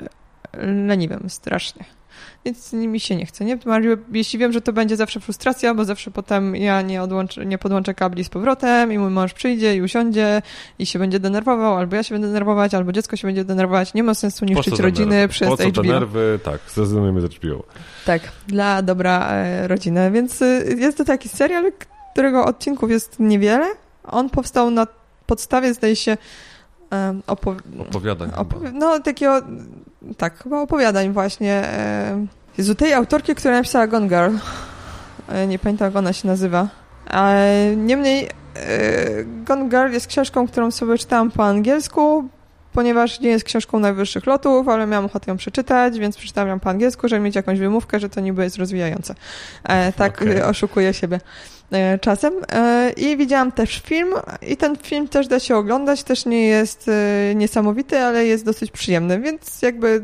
y, leniwym strasznie. Więc mi się nie chce, nie? Jeśli wiem, że to będzie zawsze frustracja, bo zawsze potem ja nie, odłączę, nie podłączę kabli z powrotem i mój mąż przyjdzie i usiądzie i się będzie denerwował, albo ja się będę denerwować, albo dziecko się będzie denerwować. Nie ma sensu niszczyć rodziny nerwy? przez po co H B O. te nerwy? Tak, zrezygnujemy z H B O. Tak, dla dobra e, rodziny. Więc y, jest to taki serial, którego odcinków jest niewiele. On powstał na podstawie, zdaje się, um, opowi- opowiadań. Opowi- no, takiego, tak, chyba opowiadań właśnie. E, Jezu, tej autorki, która napisała Gone Girl. Nie pamiętam, jak ona się nazywa. Niemniej Gone Girl jest książką, którą sobie czytałam po angielsku, ponieważ nie jest książką najwyższych lotów, ale miałam ochotę ją przeczytać, więc przeczytałam ją po angielsku, żeby mieć jakąś wymówkę, że to niby jest rozwijające. Tak okay. Oszukuję siebie czasem. I widziałam też film i ten film też da się oglądać, też nie jest niesamowity, ale jest dosyć przyjemny, więc jakby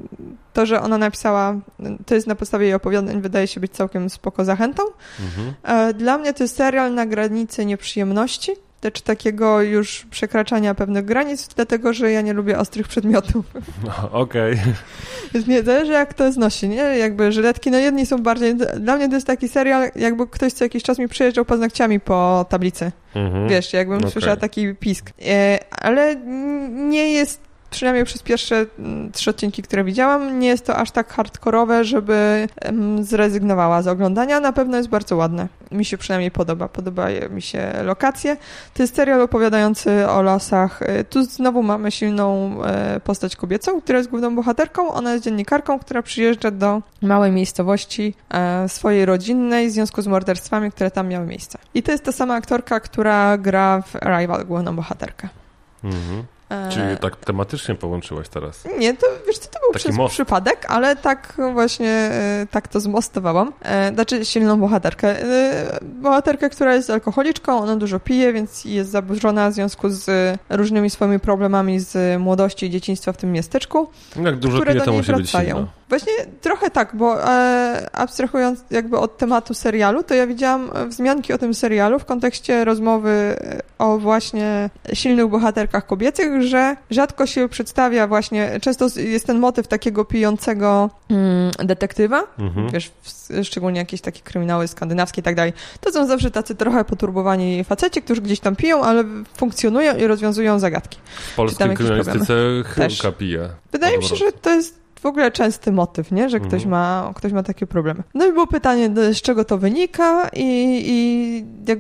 to, że ona napisała, to jest na podstawie jej opowiadań, wydaje się być całkiem spoko zachętą. Mhm. Dla mnie to jest serial na granicy nieprzyjemności, czy takiego już przekraczania pewnych granic, dlatego, że ja nie lubię ostrych przedmiotów. No, okej. Okay. Nie zależy, jak to znosi, nie? Jakby żyletki, no jedni są bardziej... Dla mnie to jest taki serial, jakby ktoś co jakiś czas mi przejeżdżał paznokciami po tablicy. Mm-hmm. Wiesz, jakbym okay. słyszała taki pisk. E, ale nie jest... Przynajmniej przez pierwsze trzy odcinki, które widziałam, nie jest to aż tak hardkorowe, żeby um, zrezygnowała z oglądania. Na pewno jest bardzo ładne. Mi się przynajmniej podoba. Podoba mi się lokacje. To jest serial opowiadający o losach. Tu znowu mamy silną e, postać kobiecą, która jest główną bohaterką. Ona jest dziennikarką, która przyjeżdża do małej miejscowości e, swojej rodzinnej w związku z morderstwami, które tam miały miejsce. I to jest ta sama aktorka, która gra w Arrival, główną bohaterkę. Mhm. Czyli tak tematycznie połączyłaś teraz? Nie, to wiesz co, to był Taki przez most. przypadek, ale tak właśnie tak to zmostowałam. Znaczy silną bohaterkę. Bohaterkę, która jest alkoholiczką, ona dużo pije, więc jest zaburzona w związku z różnymi swoimi problemami z młodości i dzieciństwa w tym miasteczku. Jak dużo pije, to musi być silna. Właśnie trochę tak, bo e, abstrahując jakby od tematu serialu, to ja widziałam wzmianki o tym serialu w kontekście rozmowy o właśnie silnych bohaterkach kobiecych, że rzadko się przedstawia właśnie, często jest ten motyw takiego pijącego mm, detektywa, mhm. wiesz, w, szczególnie jakieś takie kryminały skandynawskie i tak dalej. To są zawsze tacy trochę poturbowani faceci, którzy gdzieś tam piją, ale funkcjonują i rozwiązują zagadki. W polskiej kryminalistyce chyłka pije. Wydaje mi się, że to jest w ogóle częsty motyw, nie? Że ktoś, mhm. ma, ktoś ma takie problemy. No i było pytanie, z czego to wynika i, i jakby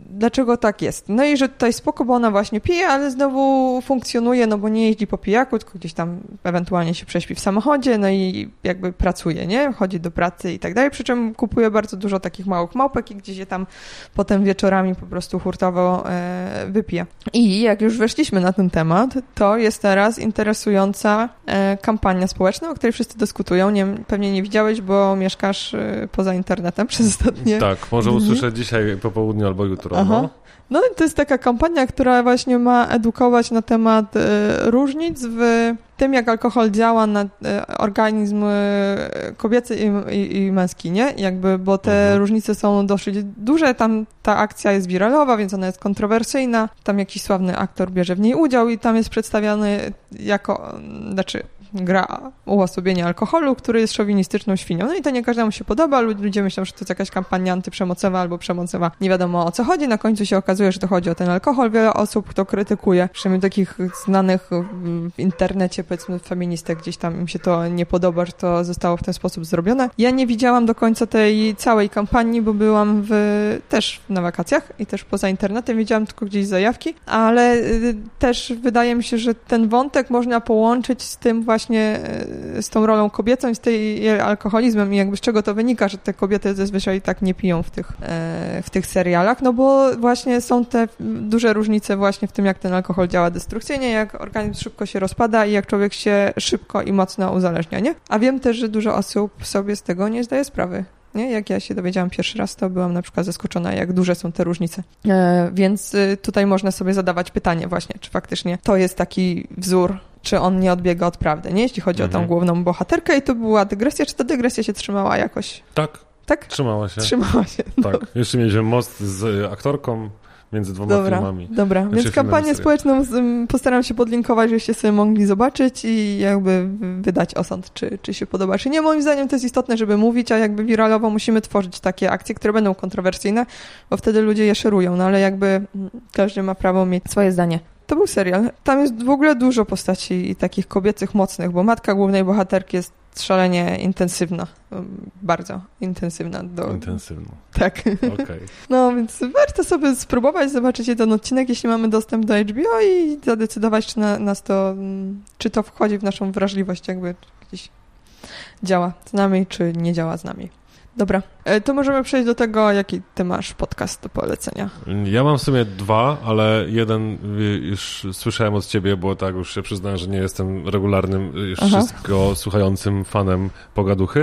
dlaczego tak jest. No i że tutaj spoko, bo ona właśnie pije, ale znowu funkcjonuje, no bo nie jeździ po pijaku, tylko gdzieś tam ewentualnie się prześpi w samochodzie, no i jakby pracuje, nie? Chodzi do pracy i tak dalej, przy czym kupuje bardzo dużo takich małych małpek i gdzieś je tam potem wieczorami po prostu hurtowo e, wypija. I jak już weszliśmy na ten temat, to jest teraz interesująca e, kampania społeczna, o której wszyscy dyskutują. Nie, pewnie nie widziałeś, bo mieszkasz e, poza internetem przez ostatnie... Tak, może usłyszę dzisiaj po południu albo jutro. Aha. No. No i to jest taka kampania, która właśnie ma edukować na temat y, różnic w tym, jak alkohol działa na y, organizm y, kobiecy i, i, i męski, nie? Jakby, bo te mhm. różnice są dosyć duże, tam ta akcja jest wiralowa, więc ona jest kontrowersyjna, tam jakiś sławny aktor bierze w niej udział i tam jest przedstawiany jako, znaczy gra uosobienie alkoholu, który jest szowinistyczną świnią. No i to nie każdemu się podoba, ludzie myślą, że to jest jakaś kampania antyprzemocowa albo przemocowa. Nie wiadomo, o co chodzi. Na końcu się okazuje, że to chodzi o ten alkohol. Wiele osób to krytykuje. Przynajmniej takich znanych w internecie, powiedzmy, feministek, gdzieś tam im się to nie podoba, że to zostało w ten sposób zrobione. Ja nie widziałam do końca tej całej kampanii, bo byłam w, też na wakacjach i też poza internetem. Widziałam tylko gdzieś zajawki, ale y, też wydaje mi się, że ten wątek można połączyć z tym właśnie właśnie z tą rolą kobiecą i z tej alkoholizmem i jakby z czego to wynika, że te kobiety zazwyczaj tak nie piją w tych, w tych serialach, no bo właśnie są te duże różnice właśnie w tym, jak ten alkohol działa destrukcyjnie, jak organizm szybko się rozpada i jak człowiek się szybko i mocno uzależnia, nie? A wiem też, że dużo osób sobie z tego nie zdaje sprawy. Nie? Jak ja się dowiedziałam pierwszy raz, to byłam na przykład zaskoczona, jak duże są te różnice. E, więc y, tutaj można sobie zadawać pytanie właśnie, czy faktycznie to jest taki wzór, czy on nie odbiega od prawdy, nie? Jeśli chodzi mhm. o tą główną bohaterkę i to była dygresja, czy ta dygresja się trzymała jakoś? Tak. Tak? Trzymała się. Trzymała się. Tak. No. Jeszcze mieliśmy most z aktorką między dwoma dobra, filmami. Dobra, znaczy, więc kampanię społeczną postaram się podlinkować, żebyście sobie mogli zobaczyć i jakby wydać osąd, czy, czy się podoba, czy nie. Moim zdaniem to jest istotne, żeby mówić, a jakby wiralowo musimy tworzyć takie akcje, które będą kontrowersyjne, bo wtedy ludzie je szerują, no ale jakby każdy ma prawo mieć swoje zdanie. To był serial. Tam jest w ogóle dużo postaci takich kobiecych, mocnych, bo matka głównej bohaterki jest szalenie intensywna. Bardzo intensywna. Do... Intensywna. Tak. Okay. No, więc warto sobie spróbować, zobaczyć jeden odcinek, jeśli mamy dostęp do H B O i zadecydować, czy na, nas to, czy to wchodzi w naszą wrażliwość, jakby gdzieś działa z nami, czy nie działa z nami. Dobra, to możemy przejść do tego, jaki ty masz podcast do polecenia. Ja mam w sumie dwa, ale jeden już słyszałem od ciebie, bo tak już się przyznałem, że nie jestem regularnym, już wszystko słuchającym fanem Pogaduchy.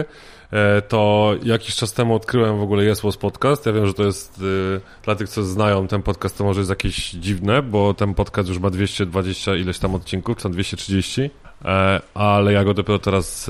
To jakiś czas temu odkryłem w ogóle Yes Was Podcast. Ja wiem, że to jest y, dla tych, co znają ten podcast, to może jest jakieś dziwne, bo ten podcast już ma dwieście dwadzieścia ileś tam odcinków, czy dwieście trzydzieści, e, ale ja go dopiero teraz y,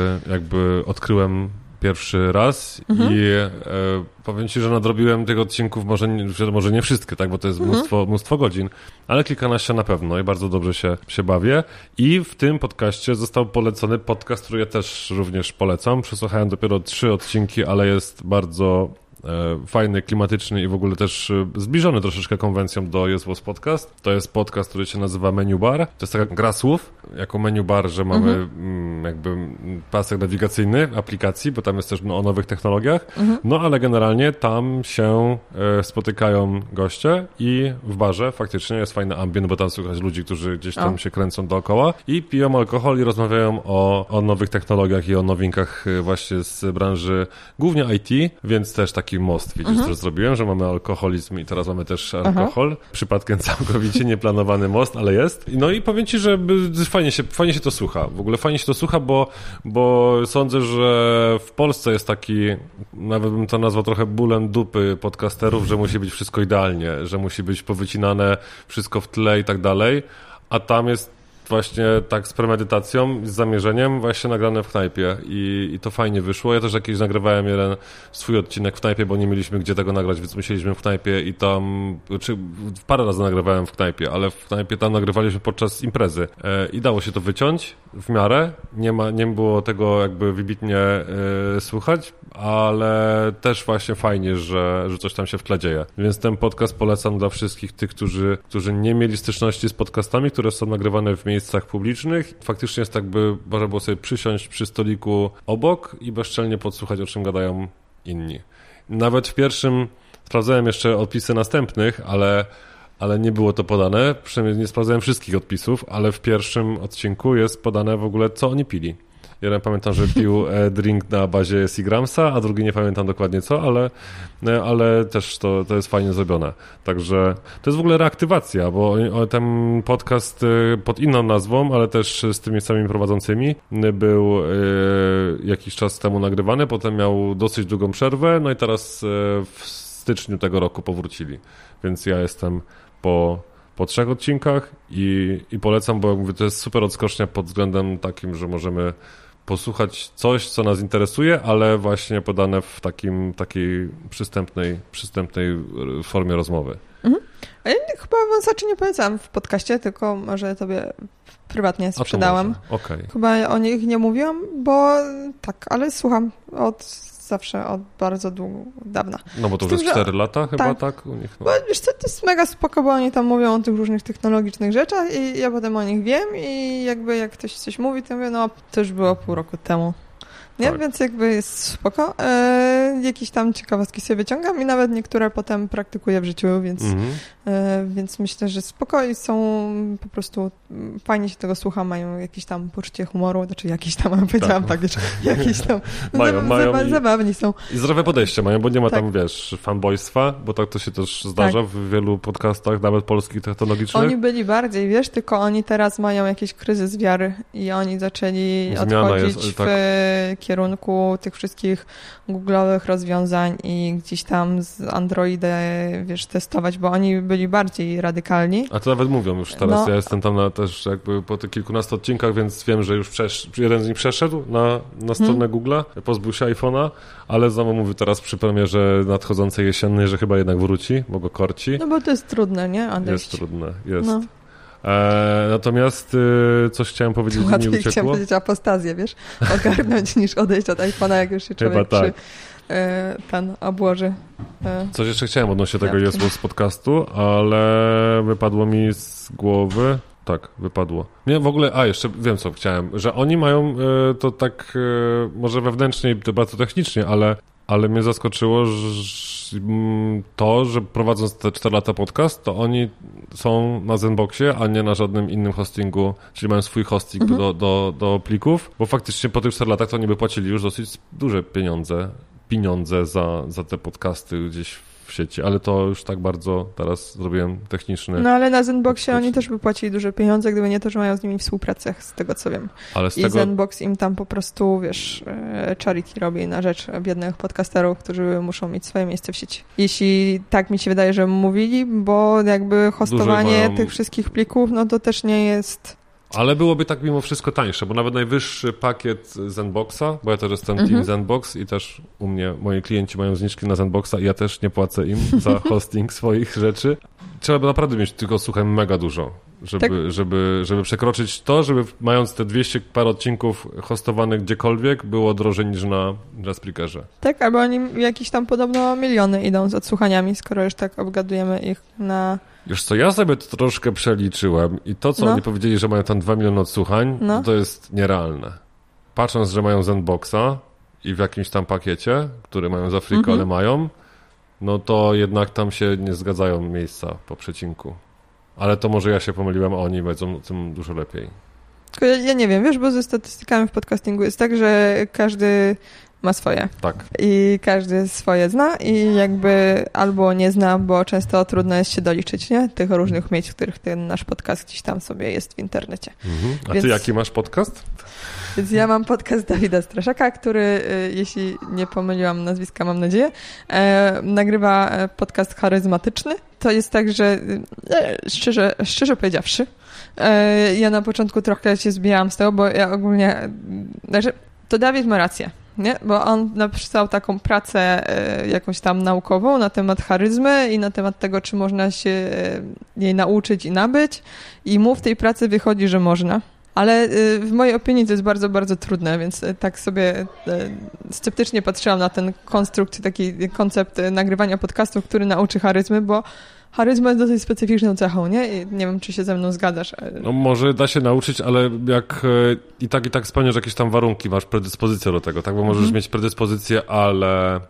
jakby odkryłem pierwszy raz mhm. i e, powiem ci, że nadrobiłem tych odcinków, może nie, może nie wszystkie, tak, bo to jest mhm. mnóstwo, mnóstwo godzin, ale kilkanaście na pewno i bardzo dobrze się, się bawię. I w tym podcaście został polecony podcast, który ja też również polecam. Przesłuchałem dopiero trzy odcinki, ale jest bardzo e, fajny, klimatyczny i w ogóle też e, zbliżony troszeczkę konwencją do Yes Was Podcast. To jest podcast, który się nazywa Menu Bar. To jest taka gra słów, jako menu bar, że mamy mhm. m, jakby pasek nawigacyjny w aplikacji, bo tam jest też no, o nowych technologiach. Mhm. No ale generalnie tam się e, spotykają goście i w barze faktycznie jest fajny ambient, bo tam słychać ludzi, którzy gdzieś tam o. się kręcą dookoła i piją alkohol i rozmawiają o, o nowych technologiach i o nowinkach właśnie z branży głównie I T, więc też taki most, widzisz, mhm. co zrobiłem, że mamy alkoholizm i teraz mamy też alkohol. Aha. Przypadkiem całkowicie nieplanowany most, ale jest. No i powiem ci, że fajnie się, fajnie się to słucha. W ogóle fajnie się to słucha, bo, bo sądzę, że w Polsce jest taki, nawet bym to nazwał trochę bólem dupy podcasterów, że musi być wszystko idealnie, że musi być powycinane wszystko w tle i tak dalej, a tam jest właśnie tak z premedytacją, z zamierzeniem właśnie nagrane w knajpie i, i to fajnie wyszło. Ja też jakiś nagrywałem jeden swój odcinek w knajpie, bo nie mieliśmy gdzie tego nagrać, więc musieliśmy w knajpie i tam, czy parę razy nagrywałem w knajpie, ale w knajpie tam nagrywaliśmy podczas imprezy e, i dało się to wyciąć w miarę. Nie ma, nie było tego jakby wybitnie e, słychać, ale też właśnie fajnie, że, że coś tam się w tle dzieje. Więc ten podcast polecam dla wszystkich tych, którzy, którzy nie mieli styczności z podcastami, które są nagrywane w miejscach publicznych. Faktycznie jest tak, by można było sobie przysiąść przy stoliku obok i bezczelnie podsłuchać, o czym gadają inni. Nawet w pierwszym Sprawdzałem jeszcze odpisy następnych, ale, ale nie było to podane. Przynajmniej nie sprawdzałem wszystkich odpisów, ale w pierwszym odcinku jest podane w ogóle, co oni pili. Jeden pamiętam, że pił drink na bazie Seagramsa, a drugi nie pamiętam dokładnie co, ale, ale też to, to jest fajnie zrobione. Także to jest w ogóle reaktywacja, bo ten podcast pod inną nazwą, ale też z tymi samymi prowadzącymi był jakiś czas temu nagrywany, potem miał dosyć długą przerwę, no i teraz w styczniu tego roku powrócili. Więc ja jestem po... po trzech odcinkach i, i polecam, bo jak mówię, to jest super odskocznia pod względem takim, że możemy posłuchać coś, co nas interesuje, ale właśnie podane w takim, takiej przystępnej, przystępnej formie rozmowy. Mhm. A ja chyba wąsaczy nie polecam w podcaście, tylko może tobie prywatnie sprzedałam. Okay. Chyba o nich nie mówiłam, bo tak, ale słucham od zawsze, od bardzo długo, dawna. No bo to już cztery lata chyba, tak? tak u nich, no. Bo wiesz co, to jest mega spoko, bo oni tam mówią o tych różnych technologicznych rzeczach i ja potem o nich wiem i jakby jak ktoś coś mówi, to mówię, no to już było pół roku temu. Nie? Tak. Więc jakby jest spoko. E, jakieś tam ciekawostki sobie wyciągam i nawet niektóre potem praktykuję w życiu, więc, mm-hmm. e, więc myślę, że spoko i są po prostu fajnie się tego słucha, mają jakieś tam poczucie humoru, znaczy jakieś tam, powiedziałam tak, tak jakieś tam mają, zab- mają zab- i, zabawni są. I zdrowe podejście mają, bo nie ma tak. tam, wiesz, fanboystwa, bo tak to się też zdarza tak. w wielu podcastach, nawet polskich technologicznych. Oni byli bardziej, wiesz, tylko oni teraz mają jakiś kryzys wiary i oni zaczęli Zmiana odchodzić jest, tak. w kierunku tych wszystkich googlowych rozwiązań i gdzieś tam z Androida, wiesz, testować, bo oni byli bardziej radykalni. A to nawet mówią już teraz. No. Ja jestem tam na, też jakby po tych kilkunastu odcinkach, więc wiem, że już przesz- jeden z nich przeszedł na, na stronę hmm. Google'a, pozbył się iPhone'a, ale znowu mówię teraz przy premierze nadchodzącej jesiennej, że chyba jednak wróci, bo go korci. No bo to jest trudne, nie? Odejść. Jest trudne, jest. No. E, natomiast y, coś chciałem powiedzieć, że nie uciekło. Chciałem powiedzieć apostazję, wiesz, ogarnąć niż odejść od iPhone'a, jak już się człowiek tak. przy, y, ten obłoży. Y, coś jeszcze chciałem odnośnie tego jest z podcastu, ale wypadło mi z głowy. Tak, wypadło. Nie, w ogóle, a jeszcze wiem, co chciałem, że oni mają y, to tak y, może wewnętrznie i bardzo technicznie, ale, ale mnie zaskoczyło, że to, że prowadząc te cztery lata podcast, to oni są na Zenboxie, a nie na żadnym innym hostingu, czyli mają swój hosting mhm. do, do, do plików, bo faktycznie po tych czterech latach to oni by płacili już dosyć duże pieniądze, pieniądze za, za te podcasty gdzieś w sieci, ale to już tak bardzo teraz zrobiłem techniczny. No ale na Zenboxie oni też by płacili duże pieniądze, gdyby nie to, że mają z nimi współpracę, z tego co wiem. Ale z I tego... Zenbox im tam po prostu, wiesz, charity robi na rzecz biednych podcasterów, którzy muszą mieć swoje miejsce w sieci. Jeśli tak mi się wydaje, że mówili, bo jakby hostowanie mają... tych wszystkich plików, no to też nie jest... Ale byłoby tak mimo wszystko tańsze, bo nawet najwyższy pakiet Zenboxa, bo ja też jestem mhm. Team Zenbox i też u mnie moi klienci mają zniżki na Zenboxa i ja też nie płacę im za hosting swoich rzeczy. Trzeba by naprawdę mieć tylko, słuchaj, mega dużo, żeby, tak. żeby, żeby przekroczyć to, żeby mając te dwieście parę odcinków hostowanych gdziekolwiek było drożej niż na, na Spreakerze. Tak, albo oni jakieś tam podobno miliony idą z odsłuchaniami, skoro już tak obgadujemy ich na... Wiesz co, ja sobie to troszkę przeliczyłem i to, co no. oni powiedzieli, że mają tam dwa miliony odsłuchań, no. to jest nierealne. Patrząc, że mają Zenboxa i w jakimś tam pakiecie, który mają z Afryki, mm-hmm. ale mają, no to jednak tam się nie zgadzają miejsca po przecinku. Ale to może ja się pomyliłem, a oni wiedzą o tym dużo lepiej. Tylko ja, ja nie wiem, wiesz, bo ze statystykami w podcastingu jest tak, że każdy ma swoje. Tak. I każdy swoje zna i jakby albo nie zna, bo często trudno jest się doliczyć, nie? Tych różnych miejsc, w których ten nasz podcast gdzieś tam sobie jest w internecie. Mhm. A Więc... ty jaki masz podcast? Więc ja mam podcast Dawida Straszaka, który, jeśli nie pomyliłam nazwiska, mam nadzieję, e, nagrywa podcast charyzmatyczny. To jest tak, że e, szczerze, szczerze powiedziawszy, e, ja na początku trochę się zbijałam z tego, bo ja ogólnie, znaczy, to Dawid ma rację, nie? Bo on napisał taką pracę e, jakąś tam naukową na temat charyzmy i na temat tego, czy można się e, jej nauczyć i nabyć i mu w tej pracy wychodzi, że można. Ale w mojej opinii to jest bardzo, bardzo trudne, więc tak sobie sceptycznie patrzyłam na ten konstrukt, taki koncept nagrywania podcastów, który nauczy charyzmy, bo charyzma jest dosyć specyficzną cechą, nie? I nie wiem, czy się ze mną zgadzasz. No może da się nauczyć, ale jak i tak, i tak spełniasz jakieś tam warunki, masz predyspozycję do tego, tak? Bo możesz mhm. mieć predyspozycję, ale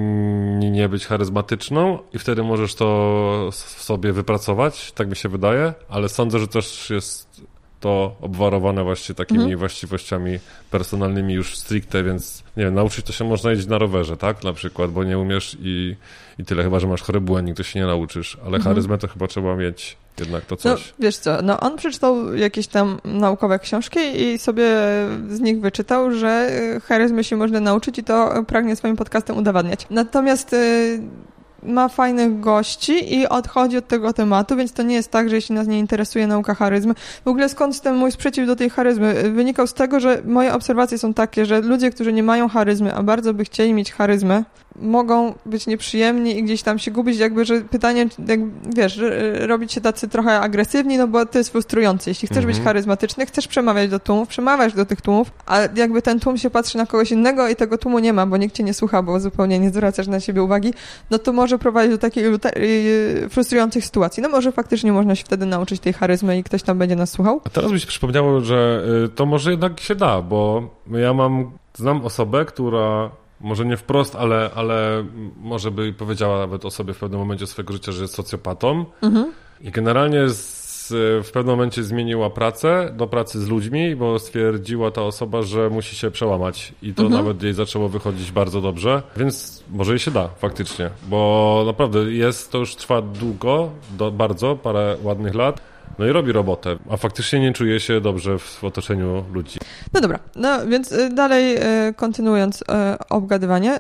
nie być charyzmatyczną i wtedy możesz to w sobie wypracować, tak mi się wydaje, ale sądzę, że też jest to obwarowane właśnie takimi mhm. właściwościami personalnymi już stricte, więc nie wiem, nauczyć to się można jeździć na rowerze, tak? Na przykład, bo nie umiesz i, i tyle, chyba że masz chory błędnik, to się nie nauczysz, ale mhm. charyzmę to chyba trzeba mieć jednak to coś. No, wiesz co, no on przeczytał jakieś tam naukowe książki i sobie z nich wyczytał, że charyzmy się można nauczyć i to pragnie swoim podcastem udowadniać. Natomiast y, ma fajnych gości i odchodzi od tego tematu, więc to nie jest tak, że jeśli nas nie interesuje nauka charyzmy. W ogóle skąd ten mój sprzeciw do tej charyzmy? Wynikał z tego, że moje obserwacje są takie, że ludzie, którzy nie mają charyzmy, a bardzo by chcieli mieć charyzmę, mogą być nieprzyjemni i gdzieś tam się gubić, jakby, że pytanie, jak, wiesz, robić się tacy trochę agresywni, no bo to jest frustrujące. Jeśli chcesz mm-hmm. być charyzmatyczny, chcesz przemawiać do tłumów, przemawiasz do tych tłumów, a jakby ten tłum się patrzy na kogoś innego i tego tłumu nie ma, bo nikt cię nie słucha, bo zupełnie nie zwracasz na siebie uwagi, no to może prowadzić do takich frustrujących sytuacji. No może faktycznie można się wtedy nauczyć tej charyzmy i ktoś tam będzie nas słuchał. A teraz mi się przypomniało, że to może jednak się da, bo ja mam, znam osobę, która może nie wprost, ale, ale może by powiedziała nawet o sobie w pewnym momencie swojego życia, że jest socjopatą. Mhm. I generalnie z, w pewnym momencie zmieniła pracę do pracy z ludźmi, bo stwierdziła ta osoba, że musi się przełamać. I to mhm. nawet jej zaczęło wychodzić bardzo dobrze. Więc może jej się da faktycznie, bo naprawdę jest, to już trwa długo, do, bardzo, parę ładnych lat. No i robi robotę, a faktycznie nie czuje się dobrze w otoczeniu ludzi. No dobra, no więc dalej kontynuując obgadywanie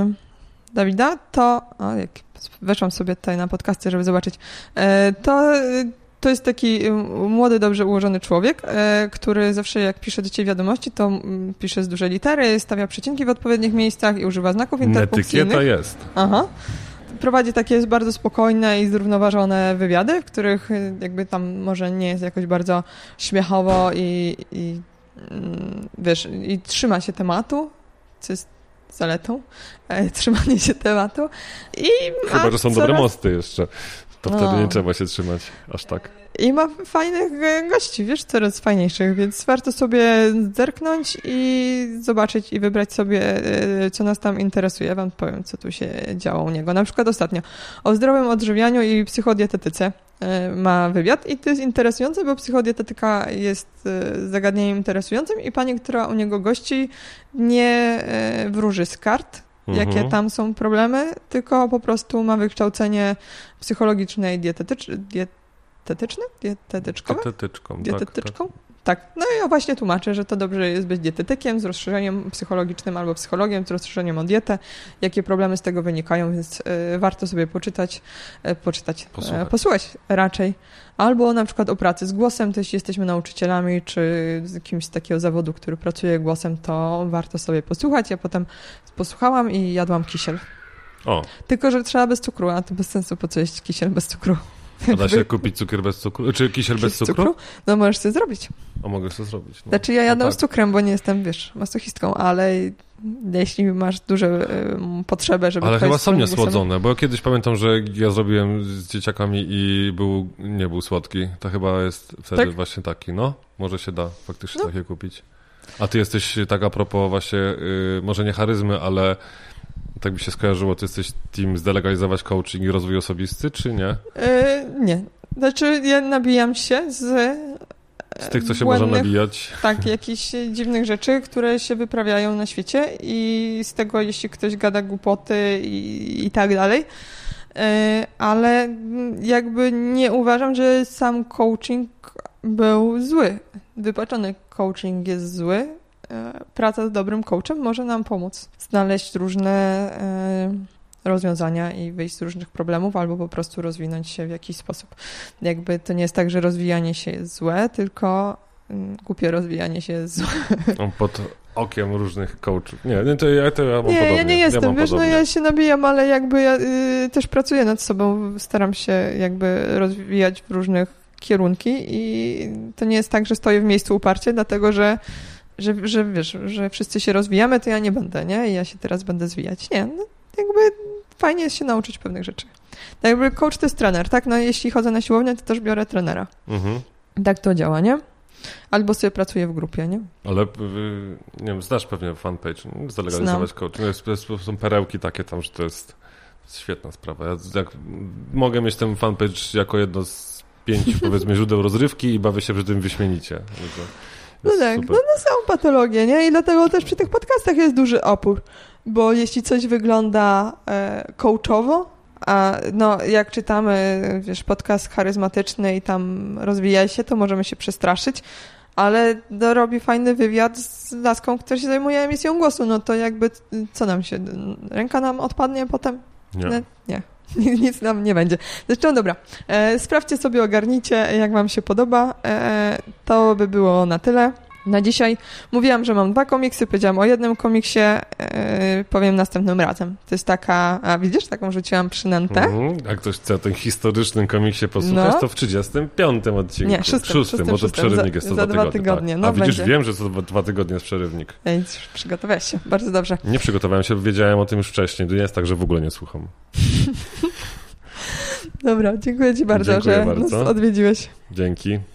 Dawida, to o, jak weszłam sobie tutaj na podcasty, żeby zobaczyć, to to jest taki młody, dobrze ułożony człowiek, który zawsze jak pisze do ciebie wiadomości, to pisze z dużej litery, stawia przecinki w odpowiednich miejscach i używa znaków interpunkcyjnych. Etykieta jest. Aha. Prowadzi takie bardzo spokojne i zrównoważone wywiady, w których jakby tam może nie jest jakoś bardzo śmiechowo i, i wiesz, i trzyma się tematu, co jest zaletą, e, trzymanie się tematu. I Chyba, że są coraz... dobre mosty jeszcze. To wtedy no. nie trzeba się trzymać aż tak. I ma fajnych gości, wiesz, coraz fajniejszych, więc warto sobie zerknąć i zobaczyć i wybrać sobie, co nas tam interesuje. Ja wam powiem, co tu się działo u niego. Na przykład ostatnio o zdrowym odżywianiu i psychodietetyce ma wywiad i to jest interesujące, bo psychodietetyka jest zagadnieniem interesującym i pani, która u niego gości, nie wróży z kart, jakie mhm. tam są problemy, tylko po prostu ma wykształcenie psychologiczne i dietetyczne. Dietetyczne? Dietetyczkowe? Dietetyczką, Dietetyczką? Tak, tak. tak. No i ja właśnie tłumaczę, że to dobrze jest być dietetykiem z rozszerzeniem psychologicznym albo psychologiem z rozszerzeniem o dietę, jakie problemy z tego wynikają, więc y, warto sobie poczytać, y, poczytać, posłuchać. Y, posłuchać raczej. Albo na przykład o pracy z głosem, to jeśli jesteśmy nauczycielami, czy z kimś z takiego zawodu, który pracuje głosem, to warto sobie posłuchać. Ja potem posłuchałam i jadłam kisiel. O. Tylko, że trzeba bez cukru, a to bez sensu, po co jeść kisiel bez cukru. A da się kupić cukier bez cukru? Czy kisiel bez cukru? cukru? No możesz sobie zrobić. A mogę sobie zrobić. No. Znaczy ja jadam no tak. z cukrem, bo nie jestem, wiesz, masochistką, ale jeśli masz duże y, potrzebę, żeby... Ale chyba są niesłodzone, bo ja kiedyś pamiętam, że ja zrobiłem z dzieciakami i był, nie był słodki. To chyba jest wtedy tak? właśnie taki, no. Może się da faktycznie no. takie kupić. A ty jesteś tak a propos właśnie, y, może nie charyzmy, ale... Tak by się skojarzyło, ty jesteś team zdelegalizować coaching i rozwój osobisty, czy nie? Yy, nie. Znaczy ja nabijam się z... Z tych, co się błędnych, można nabijać. Tak, jakichś dziwnych rzeczy, które się wyprawiają na świecie i z tego, jeśli ktoś gada głupoty i, i tak dalej. Yy, ale jakby nie uważam, że sam coaching był zły. Wypaczony coaching jest zły. Praca z dobrym coachem może nam pomóc znaleźć różne y, rozwiązania i wyjść z różnych problemów, albo po prostu rozwinąć się w jakiś sposób. Jakby to nie jest tak, że rozwijanie się jest złe, tylko y, głupie rozwijanie się jest złe. Pod okiem różnych coachów. Nie, nie to, ja, to ja mam nie, podobnie. Ja nie jestem, ja wiesz, podobnie. no ja się nabijam, ale jakby ja y, też pracuję nad sobą, staram się jakby rozwijać w różnych kierunki i to nie jest tak, że stoję w miejscu uparcie, dlatego że Że, że wiesz, że wszyscy się rozwijamy, to ja nie będę, nie? I ja się teraz będę zwijać. Nie, no jakby fajnie jest się nauczyć pewnych rzeczy. Tak jakby coach to jest trener, tak? No jeśli chodzę na siłownię, to też biorę trenera. Mhm. Tak to działa, nie? Albo sobie pracuję w grupie, nie? Ale, nie wiem, znasz pewnie fanpage, zalegalizować coach. No jest, jest, są perełki takie tam, że to jest, to jest świetna sprawa. Ja jak, mogę mieć ten fanpage jako jedno z pięciu, powiedzmy, źródeł rozrywki i bawię się przy tym wyśmienicie. No tak, no, no są patologie, nie? I dlatego też przy tych podcastach jest duży opór, bo jeśli coś wygląda e, coachowo, a no jak czytamy, wiesz, podcast charyzmatyczny i tam rozwija się, to możemy się przestraszyć, ale no, robi fajny wywiad z laską, która się zajmuje emisją głosu, no to jakby co nam się, ręka nam odpadnie potem? Nie. Nie. nie. Nic nam nie będzie. Zresztą dobra, e, sprawdźcie sobie, ogarnijcie, jak wam się podoba. E, to by było na tyle. Na dzisiaj mówiłam, że mam dwa komiksy, powiedziałam o jednym komiksie, yy, powiem następnym razem. To jest taka, a widzisz, taką rzuciłam przynętę. Mm, jak ktoś chce o tym historycznym komiksie posłuchać, no. to w trzydziestym piątym odcinku. Nie, szóstym. szóstym, szóstym bo to przerywnik za, jest to za dwa tygodnie. tygodnie. Tak. No, a widzisz, będzie. wiem, że to dwa tygodnie jest przerywnik. Ej, przygotowałeś się, bardzo dobrze. Nie przygotowałem się, wiedziałem o tym już wcześniej. To nie jest tak, że w ogóle nie słucham. Dobra, dziękuję ci bardzo, dziękuję że bardzo. nas odwiedziłeś. Dzięki.